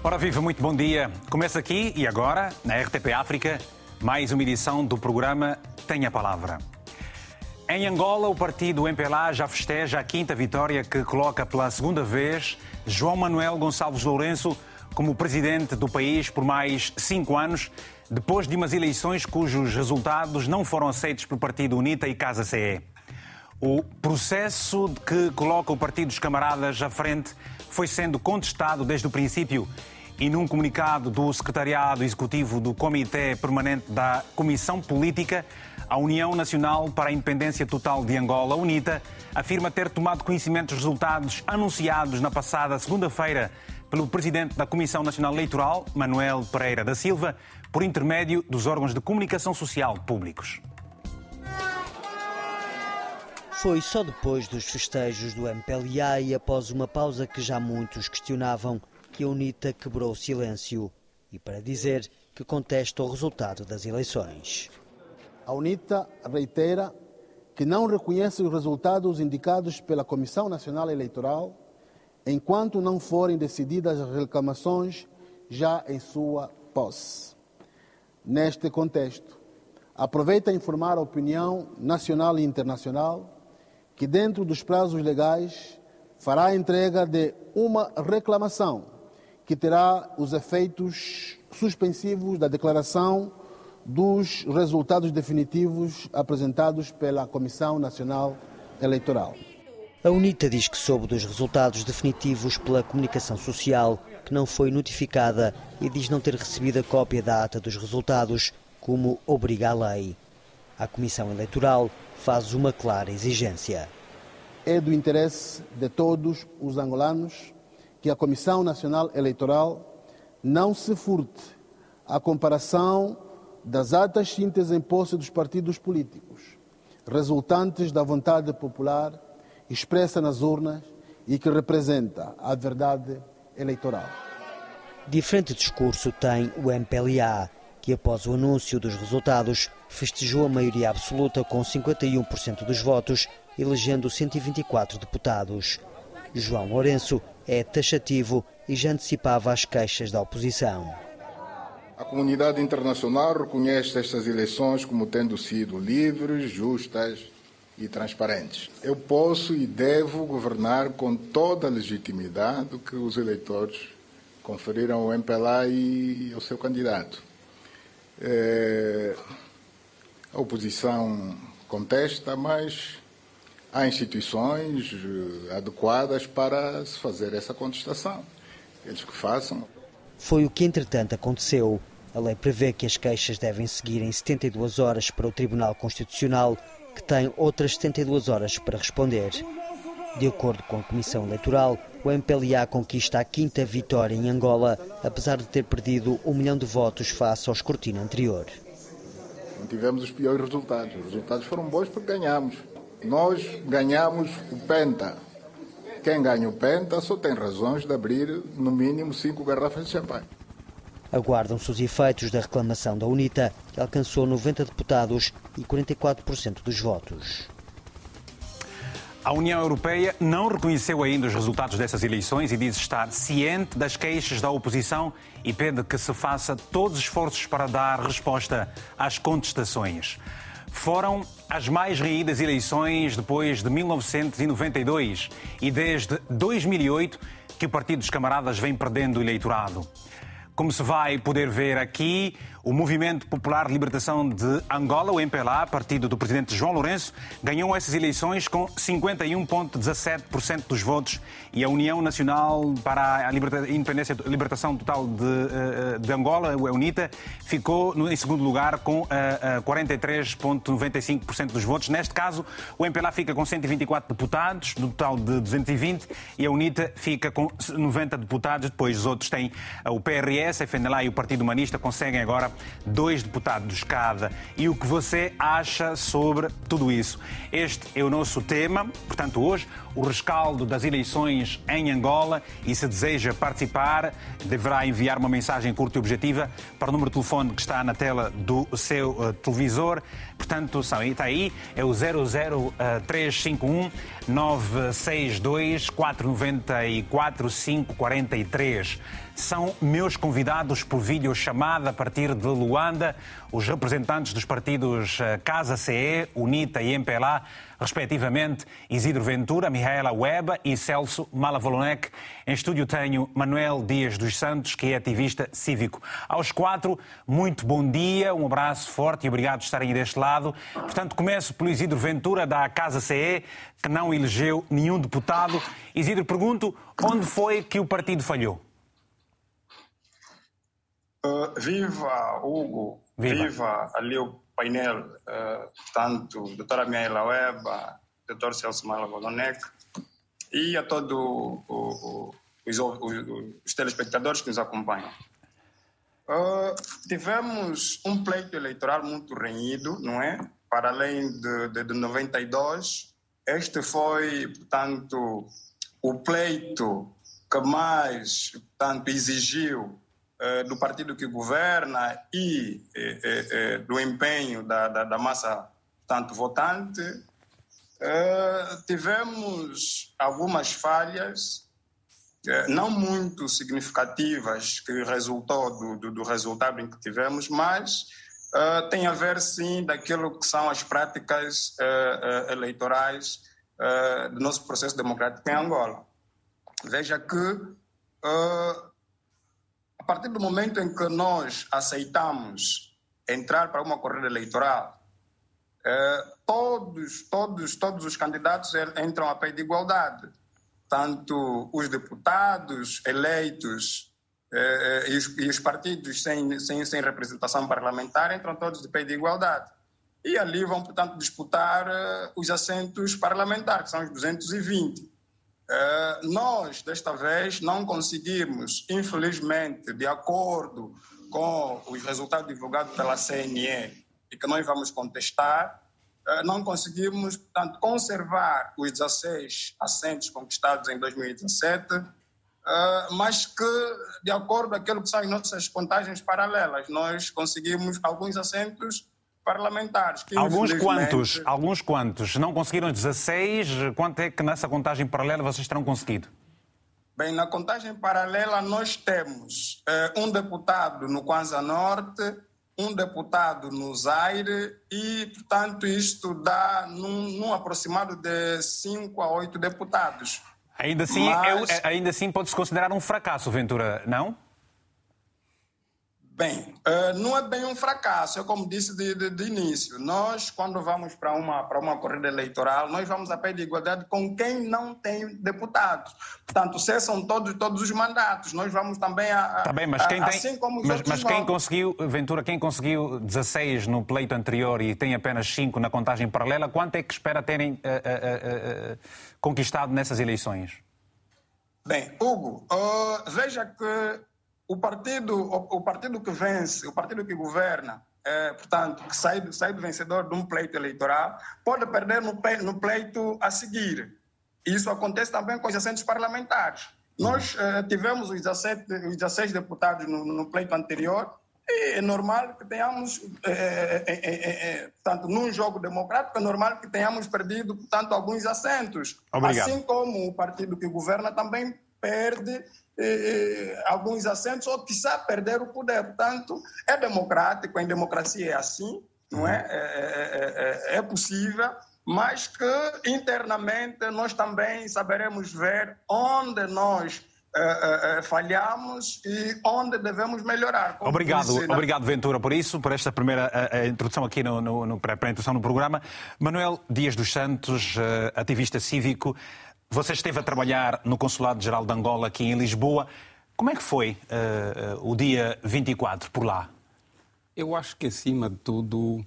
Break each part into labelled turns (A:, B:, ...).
A: Ora viva, muito bom dia. Começa aqui e agora, na RTP África, mais uma edição do programa Tenha a Palavra. Em Angola, o partido MPLA já festeja a quinta vitória que coloca pela segunda vez João Manuel Gonçalves Lourenço como presidente do país por mais 5 anos, depois de umas eleições cujos resultados não foram aceitos pelo partido UNITA e Casa CE. O processo que coloca o partido dos camaradas à frente foi sendo contestado desde o princípio e num comunicado do Secretariado Executivo do Comitê Permanente da Comissão Política, a União Nacional para a Independência Total de Angola, UNITA, afirma ter tomado conhecimento dos resultados anunciados na passada segunda-feira pelo Presidente da Comissão Nacional Eleitoral, Manuel Pereira da Silva, por intermédio dos órgãos de comunicação social públicos.
B: Foi só depois dos festejos do MPLA e após uma pausa que já muitos questionavam que a UNITA quebrou o silêncio e para dizer que contesta o resultado das eleições.
C: A UNITA reitera que não reconhece os resultados indicados pela Comissão Nacional Eleitoral enquanto não forem decididas as reclamações já em sua posse. Neste contexto, aproveita a informar a opinião nacional e internacional que, dentro dos prazos legais, fará a entrega de uma reclamação que terá os efeitos suspensivos da declaração dos resultados definitivos apresentados pela Comissão Nacional Eleitoral.
B: A UNITA diz que soube dos resultados definitivos pela comunicação social, que não foi notificada e diz não ter recebido a cópia da ata dos resultados, como obriga a lei. A Comissão Eleitoral faz uma clara exigência.
C: É do interesse de todos os angolanos que a Comissão Nacional Eleitoral não se furte à comparação das atas síntese em posse dos partidos políticos, resultantes da vontade popular expressa nas urnas e que representa a verdade eleitoral.
B: Diferente discurso tem o MPLA, que após o anúncio dos resultados festejou a maioria absoluta com 51% dos votos, elegendo 124 deputados. João Lourenço é taxativo e já antecipava as queixas da oposição.
D: A comunidade internacional reconhece estas eleições como tendo sido livres, justas e transparentes. Eu posso e devo governar com toda a legitimidade que os eleitores conferiram ao MPLA e ao seu candidato. A oposição contesta, mas há instituições adequadas para se fazer essa contestação. Eles que façam.
B: Foi o que, entretanto, aconteceu. A lei prevê que as queixas devem seguir em 72 horas para o Tribunal Constitucional, que tem outras 72 horas para responder. De acordo com a Comissão Eleitoral, o MPLA conquista a quinta vitória em Angola, apesar de ter perdido 1 milhão de votos face ao escrutínio anterior.
D: Não tivemos os piores resultados. Os resultados foram bons porque ganhamos. Nós ganhamos o Penta. Quem ganha o Penta só tem razões de abrir, no mínimo, 5 garrafas de champanhe.
B: Aguardam-se os efeitos da reclamação da UNITA, que alcançou 90 deputados e 44% dos votos.
A: A União Europeia não reconheceu ainda os resultados dessas eleições e diz estar ciente das queixas da oposição e pede que se faça todos os esforços para dar resposta às contestações. Foram as mais reídas eleições depois de 1992 e desde 2008 que o Partido dos Camaradas vem perdendo o eleitorado. Como se vai poder ver aqui, o Movimento Popular de Libertação de Angola, o MPLA, partido do presidente João Lourenço, ganhou essas eleições com 51,17% dos votos e a União Nacional para a Libertação Total de Angola, a UNITA, ficou em segundo lugar com 43,95% dos votos. Neste caso, o MPLA fica com 124 deputados, no total de 220, e a UNITA fica com 90 deputados. Depois os outros têm o PRS, a FNLA e o Partido Humanista, conseguem agora 2 deputados cada. E o que você acha sobre tudo isso? Este é o nosso tema, portanto, hoje, o rescaldo das eleições em Angola, e se deseja participar, deverá enviar uma mensagem curta e objetiva para o número de telefone que está na tela do seu televisor. Portanto, está aí, é o 00351 962 494 543. são meus convidados por videochamada a partir de Luanda, os representantes dos partidos Casa CE, UNITA e MPLA, respectivamente Isidro Ventura, Mihaela Weba e Celso Malavolonek. Em estúdio tenho Manuel Dias dos Santos, que é ativista cívico. Aos quatro, muito bom dia, um abraço forte e obrigado por estarem deste lado. Portanto, começo pelo Isidro Ventura, da Casa CE, que não elegeu nenhum deputado. Isidro, pergunto, onde foi que o partido falhou?
E: Viva, Hugo. Viva ali o painel, tanto a doutora Mihaela Weba, doutor Celso Malavolonek e a todos os telespectadores que nos acompanham. Tivemos um pleito eleitoral muito renhido, não é? Para além de 92, este foi, portanto, o pleito que mais, portanto, exigiu do partido que governa e do empenho da massa, portanto, votante. Tivemos algumas falhas, não muito significativas, que resultou do resultado em que tivemos, mas tem a ver, sim, daquilo que são as práticas eleitorais do nosso processo democrático em Angola. Veja que a partir do momento em que nós aceitamos entrar para uma corrida eleitoral, todos os candidatos entram a pé de igualdade. Tanto os deputados eleitos e os partidos sem representação parlamentar entram todos de pé de igualdade. E ali vão, portanto, disputar os assentos parlamentares, que são os 220. Nós, desta vez, não conseguimos, infelizmente, de acordo com os resultados divulgados pela CNE e que nós vamos contestar, não conseguimos, portanto, conservar os 16 assentos conquistados em 2017, mas que, de acordo com aquilo que são as nossas contagens paralelas, nós conseguimos alguns assentos parlamentares.
A: Alguns quantos? Não conseguiram 16? Quanto é que nessa contagem paralela vocês terão conseguido?
E: Bem, na contagem paralela nós temos um deputado no Kwanza Norte, um deputado no Zaire e, portanto, isto dá num aproximado de 5 a 8 deputados.
A: Ainda assim pode-se considerar um fracasso, Ventura, não?
E: Bem, não é bem um fracasso, é como disse de início. Nós, quando vamos para uma corrida eleitoral, nós vamos a pé de igualdade com quem não tem deputados. Portanto, cessam todos os mandatos. Nós vamos também
A: Está bem, mas quem tem, assim como mas quem conseguiu, Ventura, quem conseguiu 16 no pleito anterior e tem apenas 5 na contagem paralela, quanto é que espera terem conquistado nessas eleições?
E: Bem, Hugo, veja que o partido que vence, o partido que governa, portanto, que sai do vencedor de um pleito eleitoral, pode perder no pleito a seguir. Isso acontece também com os assentos parlamentares. Nós tivemos os 16 deputados no pleito anterior e é normal que tenhamos, portanto, num jogo democrático, é normal que tenhamos perdido, portanto, alguns assentos.
A: Obrigado.
E: Assim como o partido que governa também perde alguns assentos ou, quiçá, perder o poder. Portanto, é democrático, em democracia é assim, não é? É possível, mas que internamente nós também saberemos ver onde nós falhamos e onde devemos melhorar.
A: Obrigado, Ventura, por isso, por esta primeira introdução aqui para a introdução no programa. Manuel Dias dos Santos, ativista cívico. Você esteve a trabalhar no Consulado-Geral de Angola, aqui em Lisboa. Como é que foi o dia 24 por lá?
F: Eu acho que, acima de tudo,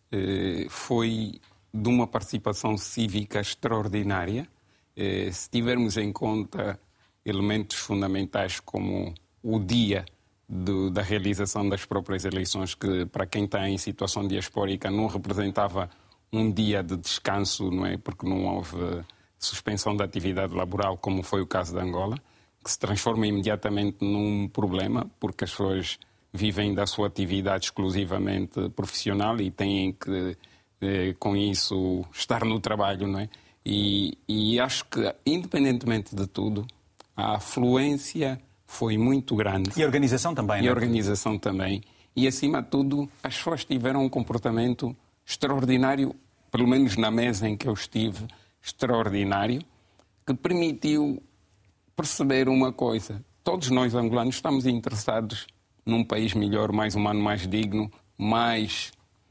F: foi de uma participação cívica extraordinária. Se tivermos em conta elementos fundamentais como o dia da realização das próprias eleições, que, para quem está em situação diaspórica, não representava um dia de descanso, não é? Porque não houve suspensão da atividade laboral, como foi o caso de Angola, que se transforma imediatamente num problema, porque as pessoas vivem da sua atividade exclusivamente profissional e têm que, com isso, estar no trabalho, não é? E acho que, independentemente de tudo, a afluência foi muito grande.
A: E a organização também,
F: E a organização também. E, acima de tudo, as pessoas tiveram um comportamento extraordinário, pelo menos na mesa em que eu estive, extraordinário, que permitiu perceber uma coisa. Todos nós, angolanos, estamos interessados num país melhor, mais humano, mais digno, mais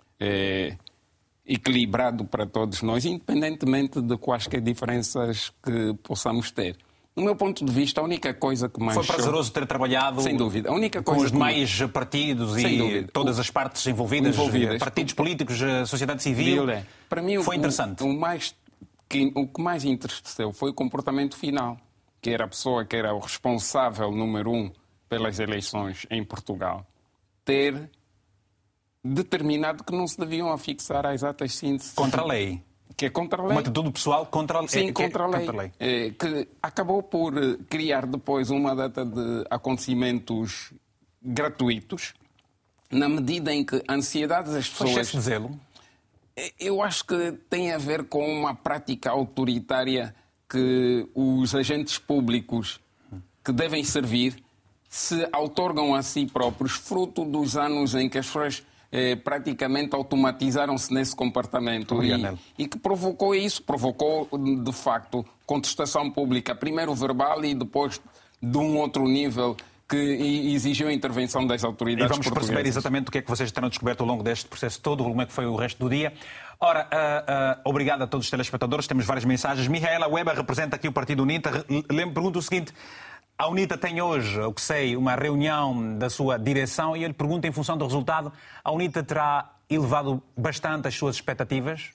F: equilibrado para todos nós, independentemente de quaisquer diferenças que possamos ter. No meu ponto de vista, a única coisa que mais...
A: Foi prazeroso ter trabalhado,
F: sem dúvida, a única
A: com
F: coisa
A: os demais partidos e todas as partes envolvidas, partidos políticos, sociedade civil.
F: Para mim,
A: foi interessante.
F: O que mais interessou foi o comportamento final, que era a pessoa que era o responsável número 1 pelas eleições em Portugal, ter determinado que não se deviam afixar às atas síntese.
A: Contra a lei.
F: Que é contra a lei.
A: Uma atitude pessoal contra a lei.
F: Sim, contra a lei. Que acabou por criar depois uma data de acontecimentos gratuitos, na medida em que a ansiedade das pessoas...
A: Foi excesso de zelo?
F: Eu acho que tem a ver com uma prática autoritária que os agentes públicos que devem servir se outorgam a si próprios, fruto dos anos em que as pessoas praticamente automatizaram-se nesse comportamento e que provocou isso, provocou de facto contestação pública, primeiro verbal e depois de um outro nível que exigiu a intervenção das autoridades portuguesas.
A: E vamos perceber exatamente o que é que vocês terão descoberto ao longo deste processo todo, como é que foi o resto do dia. Ora, obrigado a todos os telespectadores, temos várias mensagens. Mihaela Weber representa aqui o Partido UNITA. Pergunto o seguinte: a UNITA tem hoje, o que sei, uma reunião da sua direção e eu lhe pergunto, em função do resultado, a UNITA terá elevado bastante as suas expectativas?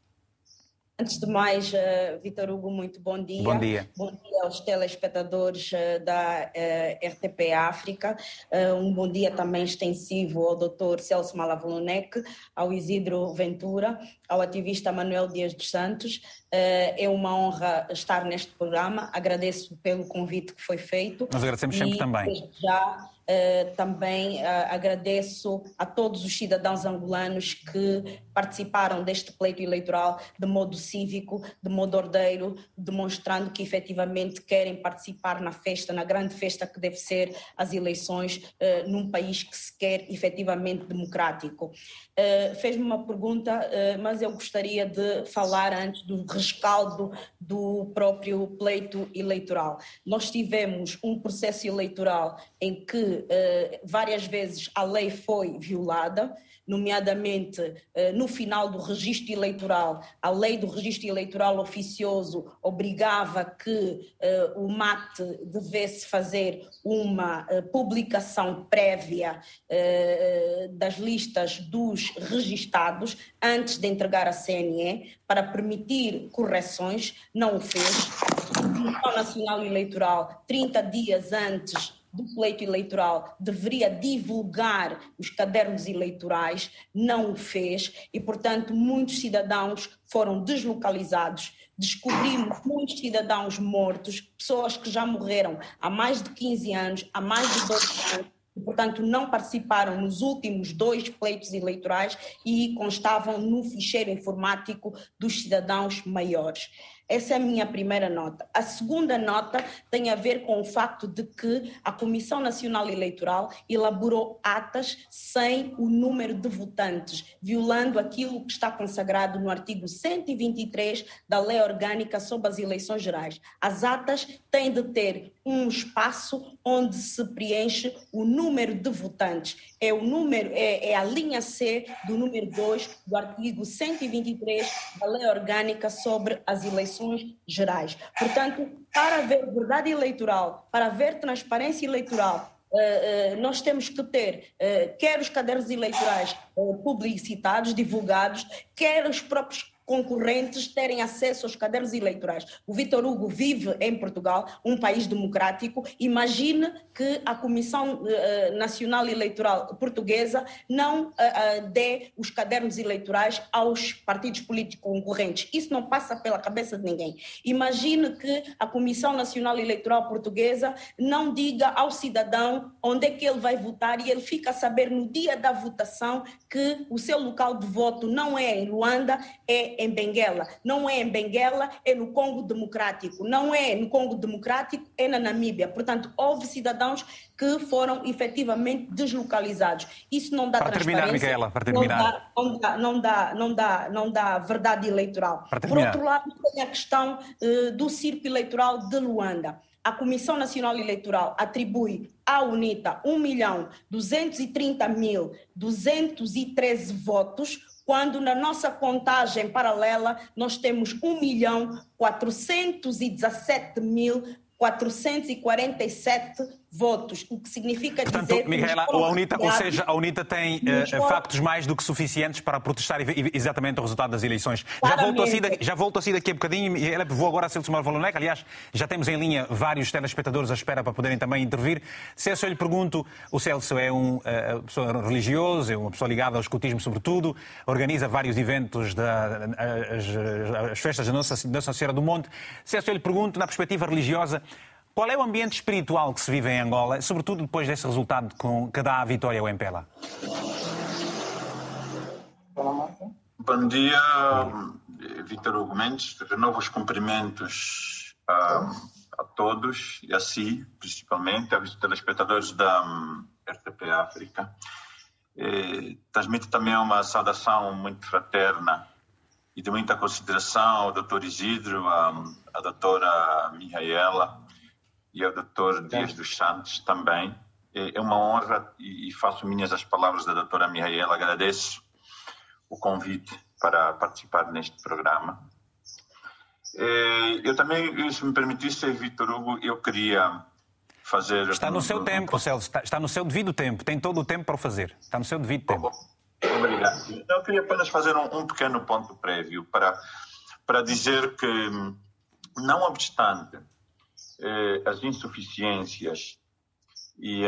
G: Antes de mais, Vítor Hugo, muito bom dia.
A: Bom dia.
G: Bom dia aos telespectadores da RTP África. Um bom dia também extensivo ao Dr. Celso Malavolonek, ao Isidro Ventura, ao ativista Manuel Dias dos Santos. É uma honra estar neste programa. Agradeço pelo convite que foi feito.
A: Nós agradecemos sempre também.
G: Já também agradeço a todos os cidadãos angolanos que participaram deste pleito eleitoral de modo cívico, de modo ordeiro, demonstrando que efetivamente querem participar na festa, na grande festa que deve ser as eleições num país que se quer efetivamente democrático. Fez-me uma pergunta, mas eu gostaria de falar antes do rescaldo do próprio pleito eleitoral. Nós tivemos um processo eleitoral em que várias vezes a lei foi violada, nomeadamente no final do registro eleitoral. A lei do registro eleitoral oficioso obrigava que o MAT devesse fazer uma publicação prévia das listas dos registados antes de entregar à CNE para permitir correções. Não o fez. A Comissão Nacional Eleitoral, 30 dias antes do pleito eleitoral, deveria divulgar os cadernos eleitorais, não o fez e, portanto, muitos cidadãos foram deslocalizados. Descobrimos muitos cidadãos mortos, pessoas que já morreram há mais de 15 anos, há mais de 12 anos, e, portanto, não participaram nos últimos 2 pleitos eleitorais e constavam no ficheiro informático dos cidadãos maiores. Essa é a minha primeira nota. A segunda nota tem a ver com o facto de que a Comissão Nacional Eleitoral elaborou atas sem o número de votantes, violando aquilo que está consagrado no artigo 123 da Lei Orgânica sobre as Eleições Gerais. As atas têm de ter um espaço onde se preenche o número de votantes. É a linha C do número 2 do artigo 123 da Lei Orgânica sobre as Eleições Gerais. Portanto, para haver verdade eleitoral, para haver transparência eleitoral, nós temos que ter quer os cadernos eleitorais publicitados, divulgados, quer os próprios concorrentes terem acesso aos cadernos eleitorais. O Vítor Hugo vive em Portugal, um país democrático. Imagine que a Comissão Nacional Eleitoral Portuguesa não dê os cadernos eleitorais aos partidos políticos concorrentes. Isso não passa pela cabeça de ninguém. Imagine que a Comissão Nacional Eleitoral Portuguesa não diga ao cidadão onde é que ele vai votar e ele fica a saber no dia da votação que o seu local de voto não é em Luanda, é é em Benguela. Não é em Benguela, é no Congo Democrático. Não é no Congo Democrático, é na Namíbia. Portanto, houve cidadãos que foram efetivamente deslocalizados. Isso não dá transparência.
A: Micaela, para terminar.
G: Não dá verdade eleitoral. Por outro lado, tem a questão do circo eleitoral de Luanda. A Comissão Nacional Eleitoral atribui à UNITA 1.230.213 votos, quando na nossa contagem paralela nós temos 1.417.447 votos, o que significa
A: portanto,
G: dizer...
A: Micaela, a UNITA tem factos mais do que suficientes para protestar exatamente o resultado das eleições. Já volto assim daqui a bocadinho, vou agora a Celso Marvalonec. Aliás, já temos em linha vários telespectadores à espera para poderem também intervir. Celso, eu lhe pergunto, o Celso é uma pessoa religiosa, é uma pessoa ligada ao escutismo sobretudo, organiza vários eventos, as festas da Nossa Senhora do Monte. Celso, eu lhe pergunto, na perspectiva religiosa, qual é o ambiente espiritual que se vive em Angola, sobretudo depois desse resultado que dá a vitória ao MPLA?
H: Bom dia, Vítor Hugo Mendes. Renovo os cumprimentos a todos e a si, principalmente, aos telespectadores da RTP África. Transmito também uma saudação muito fraterna e de muita consideração ao Dr. Isidro, à doutora Micaela e ao Dr. Dias dos Santos também. É uma honra e faço minhas as palavras da doutora Micaela. Agradeço o convite para participar neste programa. Eu também, se me permitisse, Vítor Hugo, eu queria fazer...
A: Está no seu tempo, Celso, está no seu devido tempo. Tem todo o tempo para o fazer. Está no seu devido tempo.
H: Obrigado. Eu queria apenas fazer um pequeno ponto prévio para dizer que, não obstante as insuficiências e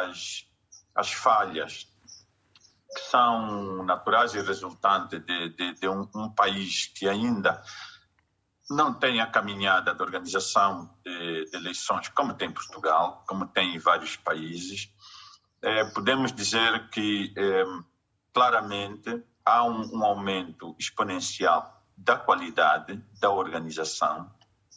H: as falhas que são naturais e resultantes de um país que ainda não tem a caminhada de organização de eleições como tem Portugal, como tem vários países, podemos dizer que claramente há um aumento exponencial da qualidade da organização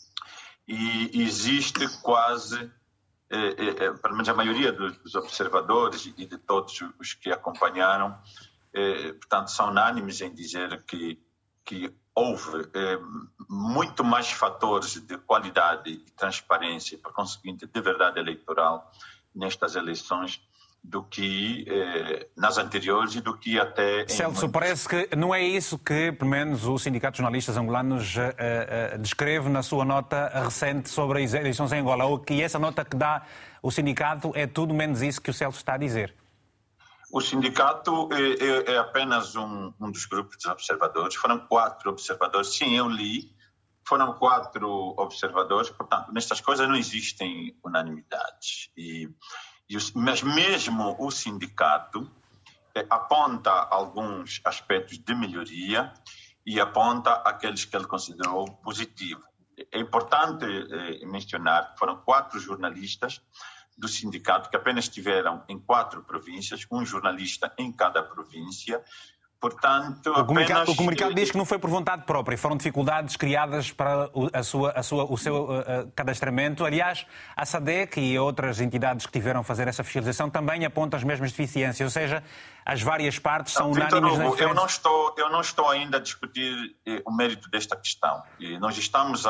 H: e existe quase, pelo menos a maioria dos observadores e de todos os que acompanharam, portanto, são unânimes em dizer que houve muito mais fatores de qualidade e transparência, por conseguinte, de verdade eleitoral nestas eleições do que nas anteriores e do que até...
A: Celso, parece que não é isso que, pelo menos, o Sindicato de Jornalistas Angolanos descreve na sua nota recente sobre as eleições em Angola, ou que essa nota que dá o sindicato é tudo menos isso que o Celso está a dizer.
H: O sindicato é apenas um dos grupos de observadores. Foram 4 observadores. Sim, eu li. Foram 4 observadores. Portanto, nestas coisas não existem unanimidades. Mas mesmo o sindicato aponta alguns aspectos de melhoria e aponta aqueles que ele considerou positivos. É importante mencionar que foram 4 jornalistas do sindicato que apenas estiveram em 4 províncias, um jornalista em cada província. Portanto,
A: o comunicado diz que não foi por vontade própria, foram dificuldades criadas para o seu cadastramento. Aliás, a SADEC e outras entidades que tiveram a fazer essa fiscalização também apontam as mesmas deficiências, ou seja, as várias partes são unânimes na diferença.
H: Eu não estou ainda a discutir o mérito desta questão. Nós estamos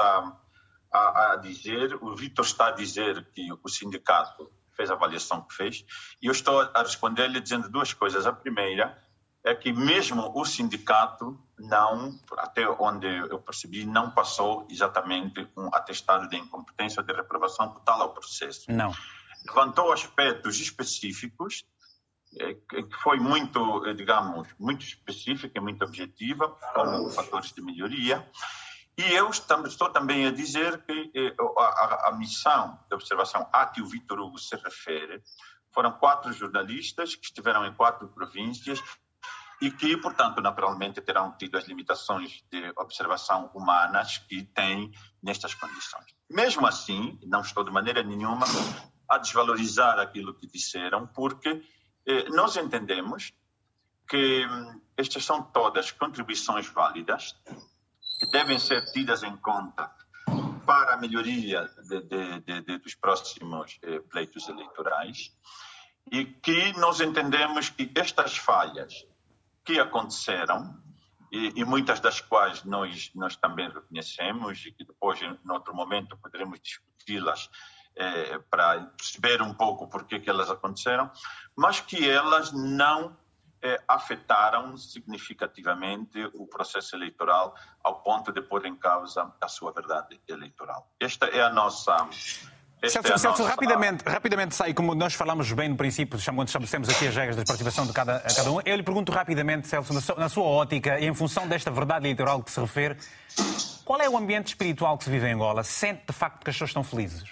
H: a dizer, o Vítor está a dizer que o sindicato fez a avaliação que fez, e eu estou a responder-lhe dizendo 2 coisas. A primeira é que mesmo o sindicato não, até onde eu percebi, não passou exatamente um atestado de incompetência ou de reprovação total ao processo.
A: Não.
H: Levantou aspectos específicos, que foi muito, digamos, muito específica e muito objetiva, como fatores de melhoria. E eu estou também a dizer que a missão de observação a que o Vítor Hugo se refere foram 4 jornalistas que estiveram em 4 províncias e que, portanto, naturalmente terão tido as limitações de observação humanas que têm nestas condições. Mesmo assim, não estou de maneira nenhuma a desvalorizar aquilo que disseram, porque nós entendemos que estas são todas contribuições válidas que devem ser tidas em conta para a melhoria dos próximos pleitos eleitorais, e que nós entendemos que estas falhas que aconteceram, e muitas das quais nós também reconhecemos, e que depois, em outro momento, poderemos discuti-las para perceber um pouco por que elas aconteceram, mas que elas não afetaram significativamente o processo eleitoral ao ponto de pôr em causa a sua verdade eleitoral. Esta é a nossa...
A: Celso, rapidamente sai, como nós falamos bem no princípio, quando estabelecemos aqui as regras da participação de cada um, eu lhe pergunto rapidamente, Celso, na sua ótica, e em função desta verdade eleitoral que se refere, qual é o ambiente espiritual que se vive em Angola? Sente de facto que as pessoas estão felizes?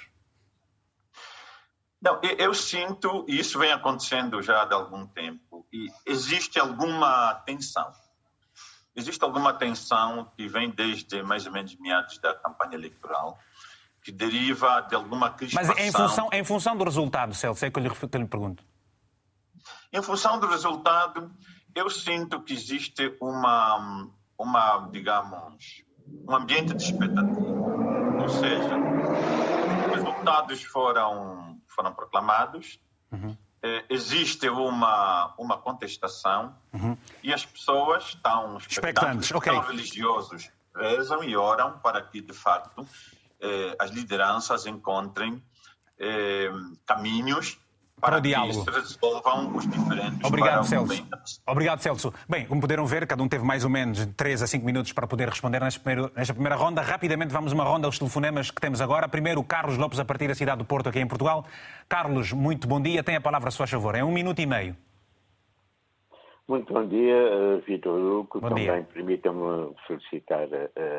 H: Não, eu sinto, e isso vem acontecendo já há algum tempo, e existe alguma tensão. Existe alguma tensão que vem desde mais ou menos meados da campanha eleitoral, que deriva de alguma crispação...
A: Mas em função do resultado, Celso, é que eu lhe pergunto.
H: Em função do resultado, eu sinto que existe digamos, um ambiente de expectativa. Ou seja, os resultados foram proclamados, existe uma contestação, e as pessoas estão expectantes, estão religiosos, rezam e oram para que, de facto, as lideranças encontrem caminhos para que se resolvam os diferentes...
A: Obrigado, Celso. Obrigado, Celso. Bem, como puderam ver, cada um teve mais ou menos 3 a 5 minutos para poder responder nesta primeira ronda. Rapidamente vamos uma ronda aos telefonemas que temos agora. Primeiro, Carlos Lopes, a partir da cidade do Porto, aqui em Portugal. Carlos, muito bom dia. Tem a palavra, a sua favor. É 1 minuto e meio.
I: Muito bom dia, Vítor Hugo.
A: Bom
I: também
A: dia.
I: Permita-me felicitar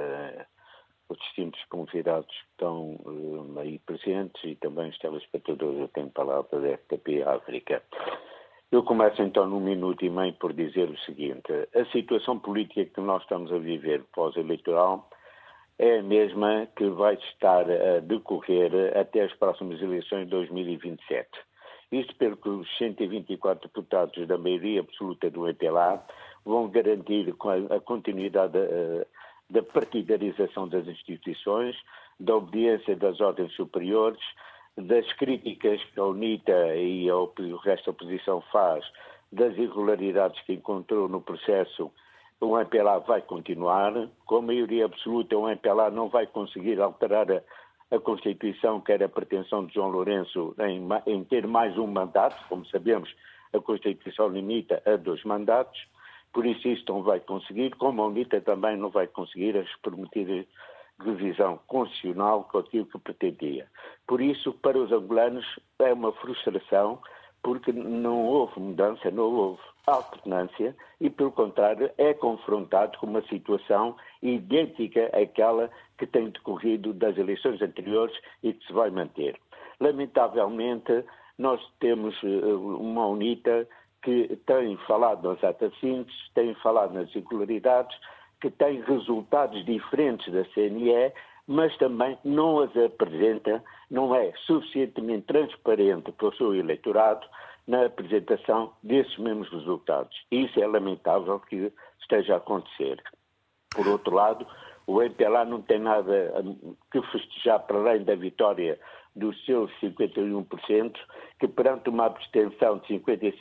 I: os distintos convidados que estão aí presentes e também os telespectadores. Eu tenho palavra da RTP África. Eu começo então num minuto e meio por dizer o seguinte: a situação política que nós estamos a viver pós-eleitoral é a mesma que vai estar a decorrer até as próximas eleições de 2027. Isto porque os 124 deputados da maioria absoluta do MPLA vão garantir a continuidade da partidarização das instituições, da obediência das ordens superiores, das críticas que a UNITA e o resto da oposição faz, das irregularidades que encontrou no processo. O MPLA vai continuar. Com a maioria absoluta, o MPLA não vai conseguir alterar a Constituição, que era a pretensão de João Lourenço em ter mais um mandato. Como sabemos, a Constituição limita a 2 mandatos. Por isso não vai conseguir, como a UNITA também não vai conseguir as prometidas revisão constitucional com aquilo que pretendia. Por isso, para os angolanos, é uma frustração, porque não houve mudança, não houve alternância e, pelo contrário, é confrontado com uma situação idêntica àquela que tem decorrido das eleições anteriores e que se vai manter. Lamentavelmente, nós temos uma UNITA que tem falado nas atas simples, tem falado nas irregularidades, que tem resultados diferentes da CNE, mas também não as apresenta, não é suficientemente transparente para o seu eleitorado na apresentação desses mesmos resultados. E isso é lamentável que esteja a acontecer. Por outro lado, o MPLA não tem nada que festejar para além da vitória dos seus 51%, que perante uma abstenção de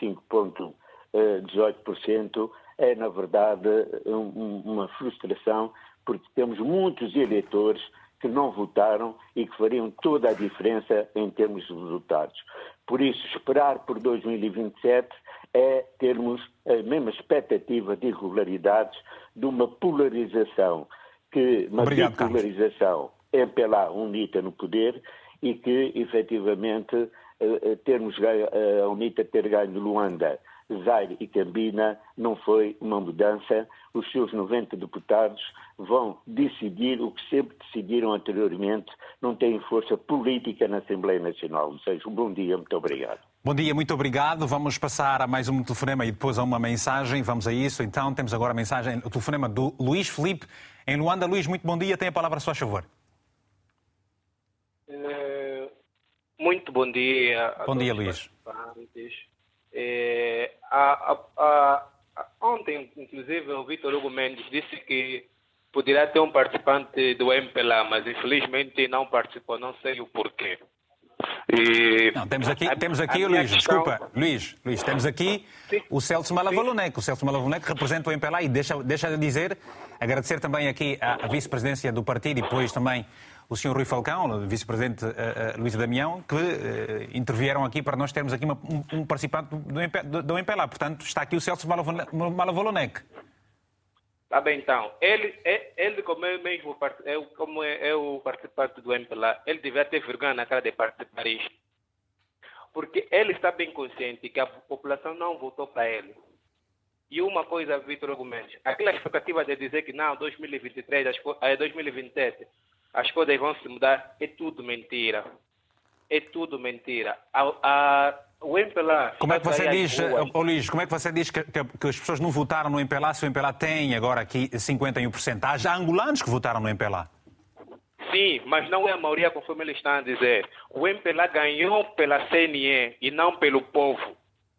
I: 55,18% é, na verdade, uma frustração, porque temos muitos eleitores que não votaram e que fariam toda a diferença em termos de resultados. Por isso, esperar por 2027 é termos a mesma expectativa de irregularidades, de uma polarização, bipolarização MPLA UNITA no poder, e que, efetivamente, termos a UNITA ter ganho Luanda, Zaire e Cambina não foi uma mudança. Os seus 90 deputados vão decidir o que sempre decidiram anteriormente, não têm força política na Assembleia Nacional. Ou seja, um bom dia, muito obrigado.
A: Bom dia, muito obrigado. Vamos passar a mais um telefonema e depois a uma mensagem. Vamos a isso. Então, temos agora a mensagem, o telefonema do Luís Filipe, em Luanda. Luís, muito bom dia. Tem a palavra a sua favor.
J: Muito bom dia.
A: Bom dia, Luís.
J: Ontem, inclusive, o Vítor Hugo Mendes disse que poderia ter um participante do MPLA, mas infelizmente não participou, não sei o porquê.
A: Não, temos aqui Luís,
J: questão...
A: desculpa, Luís, temos aqui o Celso Malavolonec. O Celso Malavolonec representa o MPLA e deixa de dizer, agradecer também aqui à vice-presidência do partido e depois também o Sr. Rui Falcão, o vice-presidente Luís Damião, que intervieram aqui para nós termos aqui um participante do MPLA. Portanto, está aqui o Celso Malavolonec.
J: Tá bem, então. Ele como é o participante do MPLA, ele devia ter vergonha na cara de participar disto. Porque ele está bem consciente que a população não votou para ele. E uma coisa, Vítor Hugo Mendes, aquela expectativa de dizer que não, 2023, 2027, as coisas vão se mudar, é tudo mentira. É tudo mentira. O MPLA...
A: Como é que você diz, Luís, como é que você diz que as pessoas não votaram no MPLA se o MPLA tem agora aqui 51%? Há já angolanos que votaram no MPLA.
J: Sim, mas não é a maioria conforme eles estão a dizer. O MPLA ganhou pela CNE e não pelo povo.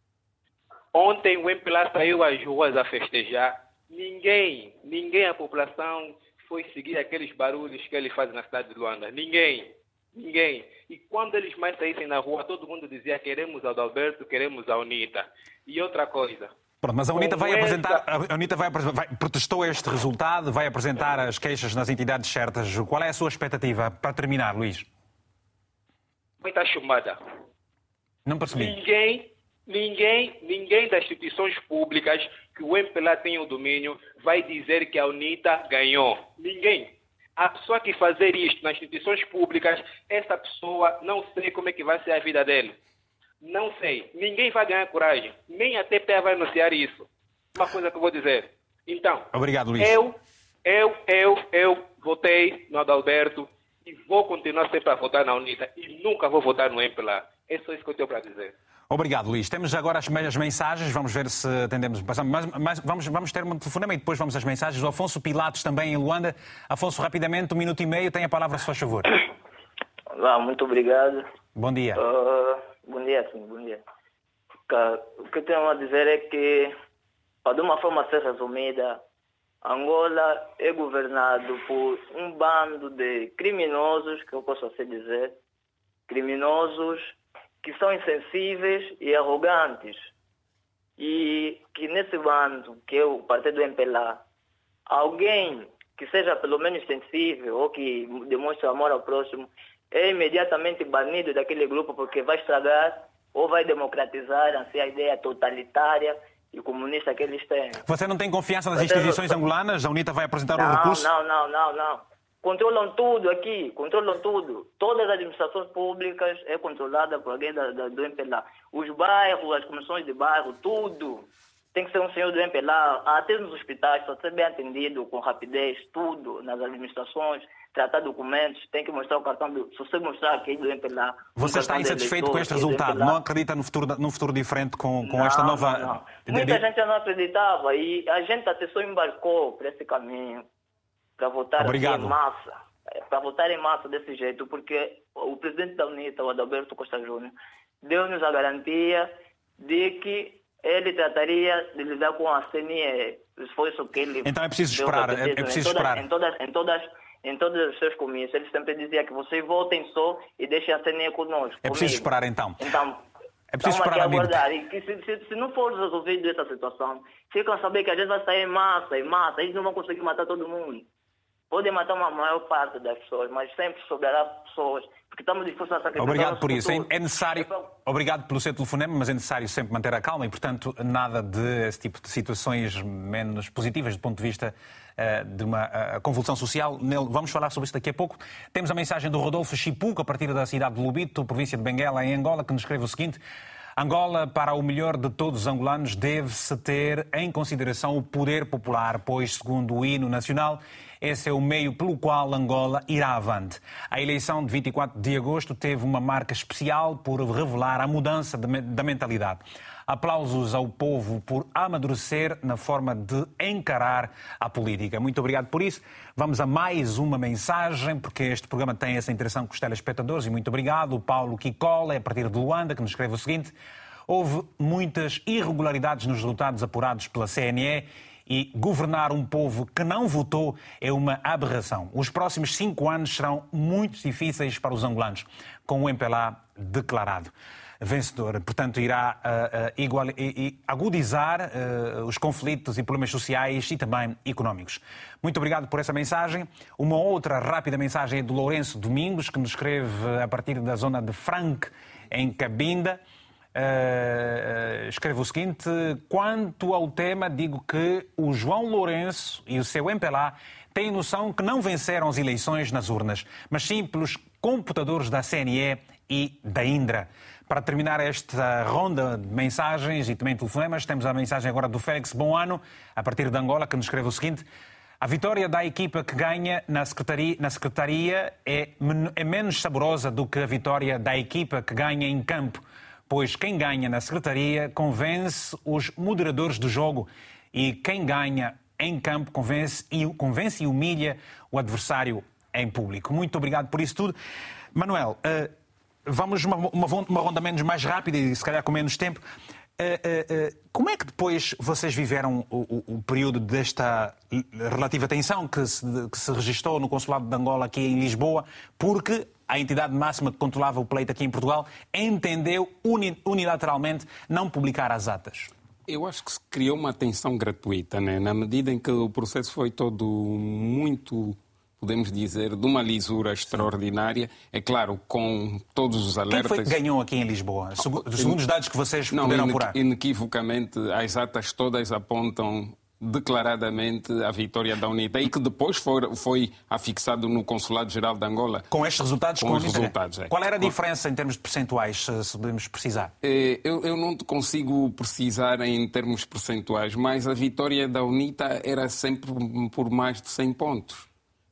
J: Ontem o MPLA saiu às ruas a festejar. Ninguém, a população foi seguir aqueles barulhos que ele faz na cidade de Luanda. Ninguém. E quando eles mais saíssem na rua, todo mundo dizia queremos a Adalberto, queremos a UNITA. E outra coisa...
A: Pronto, mas a UNITA vai apresentar, protestou este resultado, vai apresentar as queixas nas entidades certas. Qual é a sua expectativa para terminar, Luís?
J: Muita chumada.
A: Não percebi.
J: Ninguém das instituições públicas que o MPLA tem o domínio vai dizer que a UNITA ganhou. Ninguém. A pessoa que fazer isto nas instituições públicas, essa pessoa não sei como é que vai ser a vida dele. Não sei. Ninguém vai ganhar coragem. Nem a TPA vai anunciar isso. Uma coisa que eu vou dizer. Então,
A: obrigado, Luís.
J: Eu votei no Adalberto e vou continuar sempre a votar na UNITA e nunca vou votar no MPLA. É só isso que eu tenho para dizer.
A: Obrigado, Luís. Temos agora as mensagens, vamos ver se atendemos. Vamos ter um telefonema e depois vamos às mensagens. O Afonso Pilatos, também em Luanda. Afonso, rapidamente, 1 minuto e meio, tem a palavra, se faz favor.
K: Olá, muito obrigado.
A: Bom dia.
K: Bom dia, sim, bom dia. O que eu tenho a dizer é que, de uma forma a ser resumida, Angola é governado por um bando de criminosos, que eu posso assim dizer, criminosos que são insensíveis e arrogantes. E que nesse bando, que é o partido do MPLA, alguém que seja pelo menos sensível ou que demonstre amor ao próximo, é imediatamente banido daquele grupo porque vai estragar ou vai democratizar a ideia totalitária e comunista que eles têm.
A: Você não tem confiança nas instituições angolanas? A UNITA vai apresentar um recurso?
K: Não. Controlam tudo aqui, controlam tudo. Todas as administrações públicas é controlada por alguém do MPLA. Os bairros, as comissões de bairro, tudo. Tem que ser um senhor do MPLA, até nos hospitais, para ser bem atendido com rapidez, tudo, nas administrações, tratar documentos, tem que mostrar o cartão se você mostrar aqui do MPLA.
A: Você está insatisfeito com este resultado? Não acredita num futuro diferente com esta nova...
K: Não. Muita gente já não acreditava e a gente até só embarcou para esse caminho, para votar em massa. Para votar em massa desse jeito, porque o presidente da UNITA, o Adalberto Costa Júnior, deu-nos a garantia de que ele trataria de lidar com a CNE. Foi isso que ele...
A: Então é preciso esperar.
K: Em todos os seus comícios, ele sempre dizia que vocês votem só e deixem a CNE conosco.
A: É preciso esperar então.
K: É preciso esperar aqui aguardar. E que se não for resolvido essa situação, ficam a saber que a gente vai sair em massa, eles não vão conseguir matar todo mundo. Podem matar uma maior parte das pessoas, mas sempre sobrará pessoas, porque estamos dispostos a sacrificar.
A: Obrigado por isso. É necessário, obrigado pelo seu telefonema, mas é necessário sempre manter a calma e, portanto, nada desse tipo de situações menos positivas do ponto de vista de uma convulsão social. Vamos falar sobre isso daqui a pouco. Temos a mensagem do Rodolfo Chipuco, a partir da cidade de Lubito, província de Benguela, em Angola, que nos escreve o seguinte: Angola, para o melhor de todos os angolanos, deve-se ter em consideração o poder popular, pois, segundo o hino nacional, esse é o meio pelo qual Angola irá avante. A eleição de 24 de agosto teve uma marca especial por revelar a mudança da mentalidade. Aplausos ao povo por amadurecer na forma de encarar a política. Muito obrigado por isso. Vamos a mais uma mensagem, porque este programa tem essa interação com os telespectadores, e muito obrigado. O Paulo Kikola, a partir de Luanda, que nos escreve o seguinte: Houve muitas irregularidades nos resultados apurados pela CNE e governar um povo que não votou é uma aberração. Os próximos 5 anos serão muito difíceis para os angolanos, com o MPLA declarado vencedor. Portanto, irá agudizar os conflitos e problemas sociais e também económicos. Muito obrigado por essa mensagem. Uma outra rápida mensagem é do Lourenço Domingos, que nos escreve a partir da zona de Franque, em Cabinda. Escreve o seguinte: quanto ao tema, digo que o João Lourenço e o seu MPLA têm noção que não venceram as eleições nas urnas, mas sim pelos computadores da CNE e da Indra. Para terminar esta ronda de mensagens e também telefonemas, temos a mensagem agora do Félix Bom Ano, a partir de Angola, que nos escreve o seguinte: a vitória da equipa que ganha na secretaria é menos saborosa do que a vitória da equipa que ganha em campo, pois quem ganha na secretaria convence os moderadores do jogo e quem ganha em campo convence e humilha o adversário em público. Muito obrigado por isso tudo. Manuel, vamos uma ronda menos mais rápida e se calhar com menos tempo. Como é que depois vocês viveram o período desta relativa tensão que se registrou no Consulado de Angola aqui em Lisboa, porque a entidade máxima que controlava o pleito aqui em Portugal entendeu unilateralmente não publicar as atas?
F: Eu acho que se criou uma tensão gratuita, né? Na medida em que o processo foi todo muito, podemos dizer, de uma lisura extraordinária. É claro, com todos os alertas...
A: Quem foi que ganhou aqui em Lisboa? Segundo os dados que vocês puderam apurar.
F: Inequivocamente, as atas todas apontam declaradamente a vitória da UNITA e que depois foi afixado no Consulado-Geral de Angola.
A: Com estes resultados?
F: Com os resultados,
A: Qual era a diferença em termos percentuais, se podemos precisar?
F: Eu não consigo precisar em termos percentuais, mas a vitória da UNITA era sempre por mais de 100 pontos.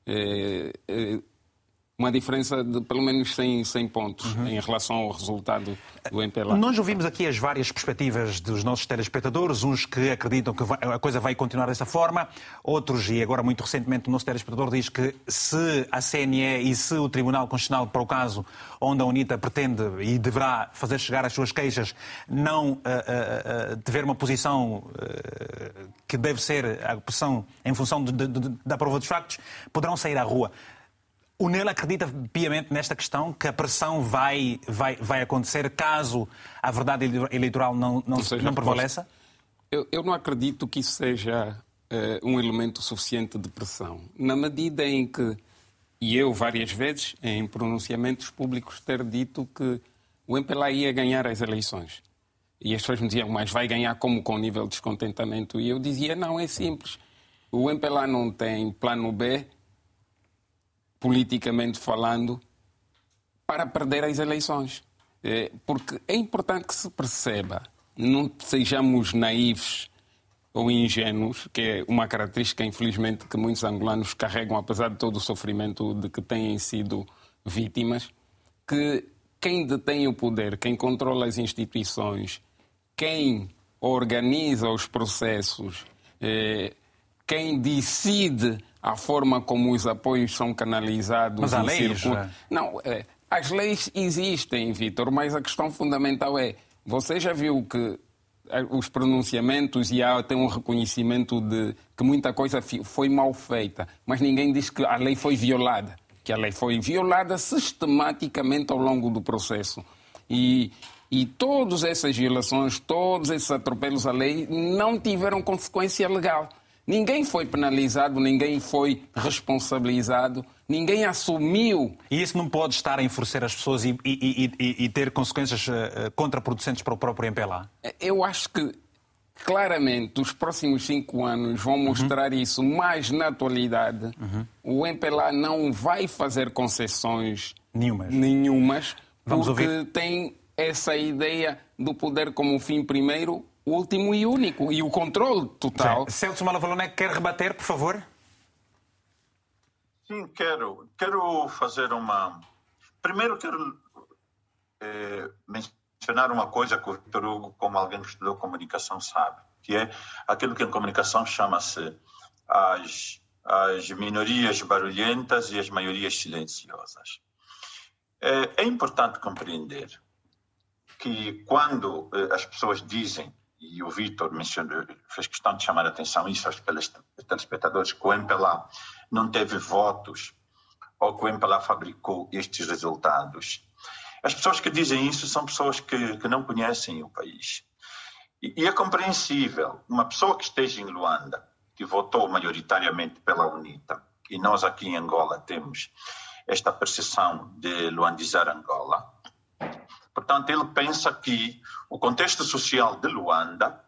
F: Uma diferença de pelo menos 100 pontos em relação ao resultado do MPLA.
A: Nós ouvimos aqui as várias perspectivas dos nossos telespectadores, uns que acreditam que a coisa vai continuar dessa forma, outros, e agora muito recentemente o nosso telespectador diz que se a CNE e se o Tribunal Constitucional, para o caso onde a UNITA pretende e deverá fazer chegar as suas queixas, não tiver uma posição que deve ser a posição em função da prova dos factos, poderão sair à rua. O NEL acredita piamente nesta questão, que a pressão vai acontecer caso a verdade eleitoral não prevaleça?
F: Eu não acredito que isso seja um elemento suficiente de pressão. Na medida em que, e eu várias vezes, em pronunciamentos públicos, ter dito que o MPLA ia ganhar as eleições. E as pessoas me diziam, mas vai ganhar como com nível de descontentamento? E eu dizia, não, é simples. O MPLA não tem plano B, politicamente falando, para perder as eleições. Porque é importante que se perceba, não sejamos naivos ou ingênuos, que é uma característica, infelizmente, que muitos angolanos carregam, apesar de todo o sofrimento de que têm sido vítimas, que quem detém o poder, quem controla as instituições, quem organiza os processos, quem decide a forma como os apoios são canalizados...
A: Mas há leis?
F: Não, as leis existem, Vítor, mas a questão fundamental é... Você já viu que os pronunciamentos e há até um reconhecimento de que muita coisa foi mal feita, mas ninguém diz que a lei foi violada. Que a lei foi violada sistematicamente ao longo do processo. E todas essas violações, todos esses atropelos à lei não tiveram consequência legal. Ninguém foi penalizado, ninguém foi responsabilizado, ninguém assumiu.
A: E isso não pode estar a enfurecer as pessoas e ter consequências contraproducentes para o próprio MPLA?
F: Eu acho que, claramente, os próximos 5 anos vão mostrar isso mais na atualidade. O MPLA não vai fazer concessões nenhumas porque tem essa ideia do poder como fim primeiro, último e único, e o controle total.
A: Celso Malavaloné, quer rebater, por favor?
H: Sim, quero fazer uma... Primeiro quero mencionar uma coisa que o Vitor Hugo, como alguém que estudou comunicação, sabe, que é aquilo que em comunicação chama-se as minorias barulhentas e as maiorias silenciosas. É importante compreender que quando as pessoas dizem, e o Vítor fez questão de chamar a atenção isso aos telespectadores, que o MPLA não teve votos ou que o MPLA fabricou estes resultados. As pessoas que dizem isso são pessoas que não conhecem o país. E é compreensível, uma pessoa que esteja em Luanda, que votou maioritariamente pela UNITA, e nós aqui em Angola temos esta percepção de luandizar Angola. Portanto, ele pensa que o contexto social de Luanda,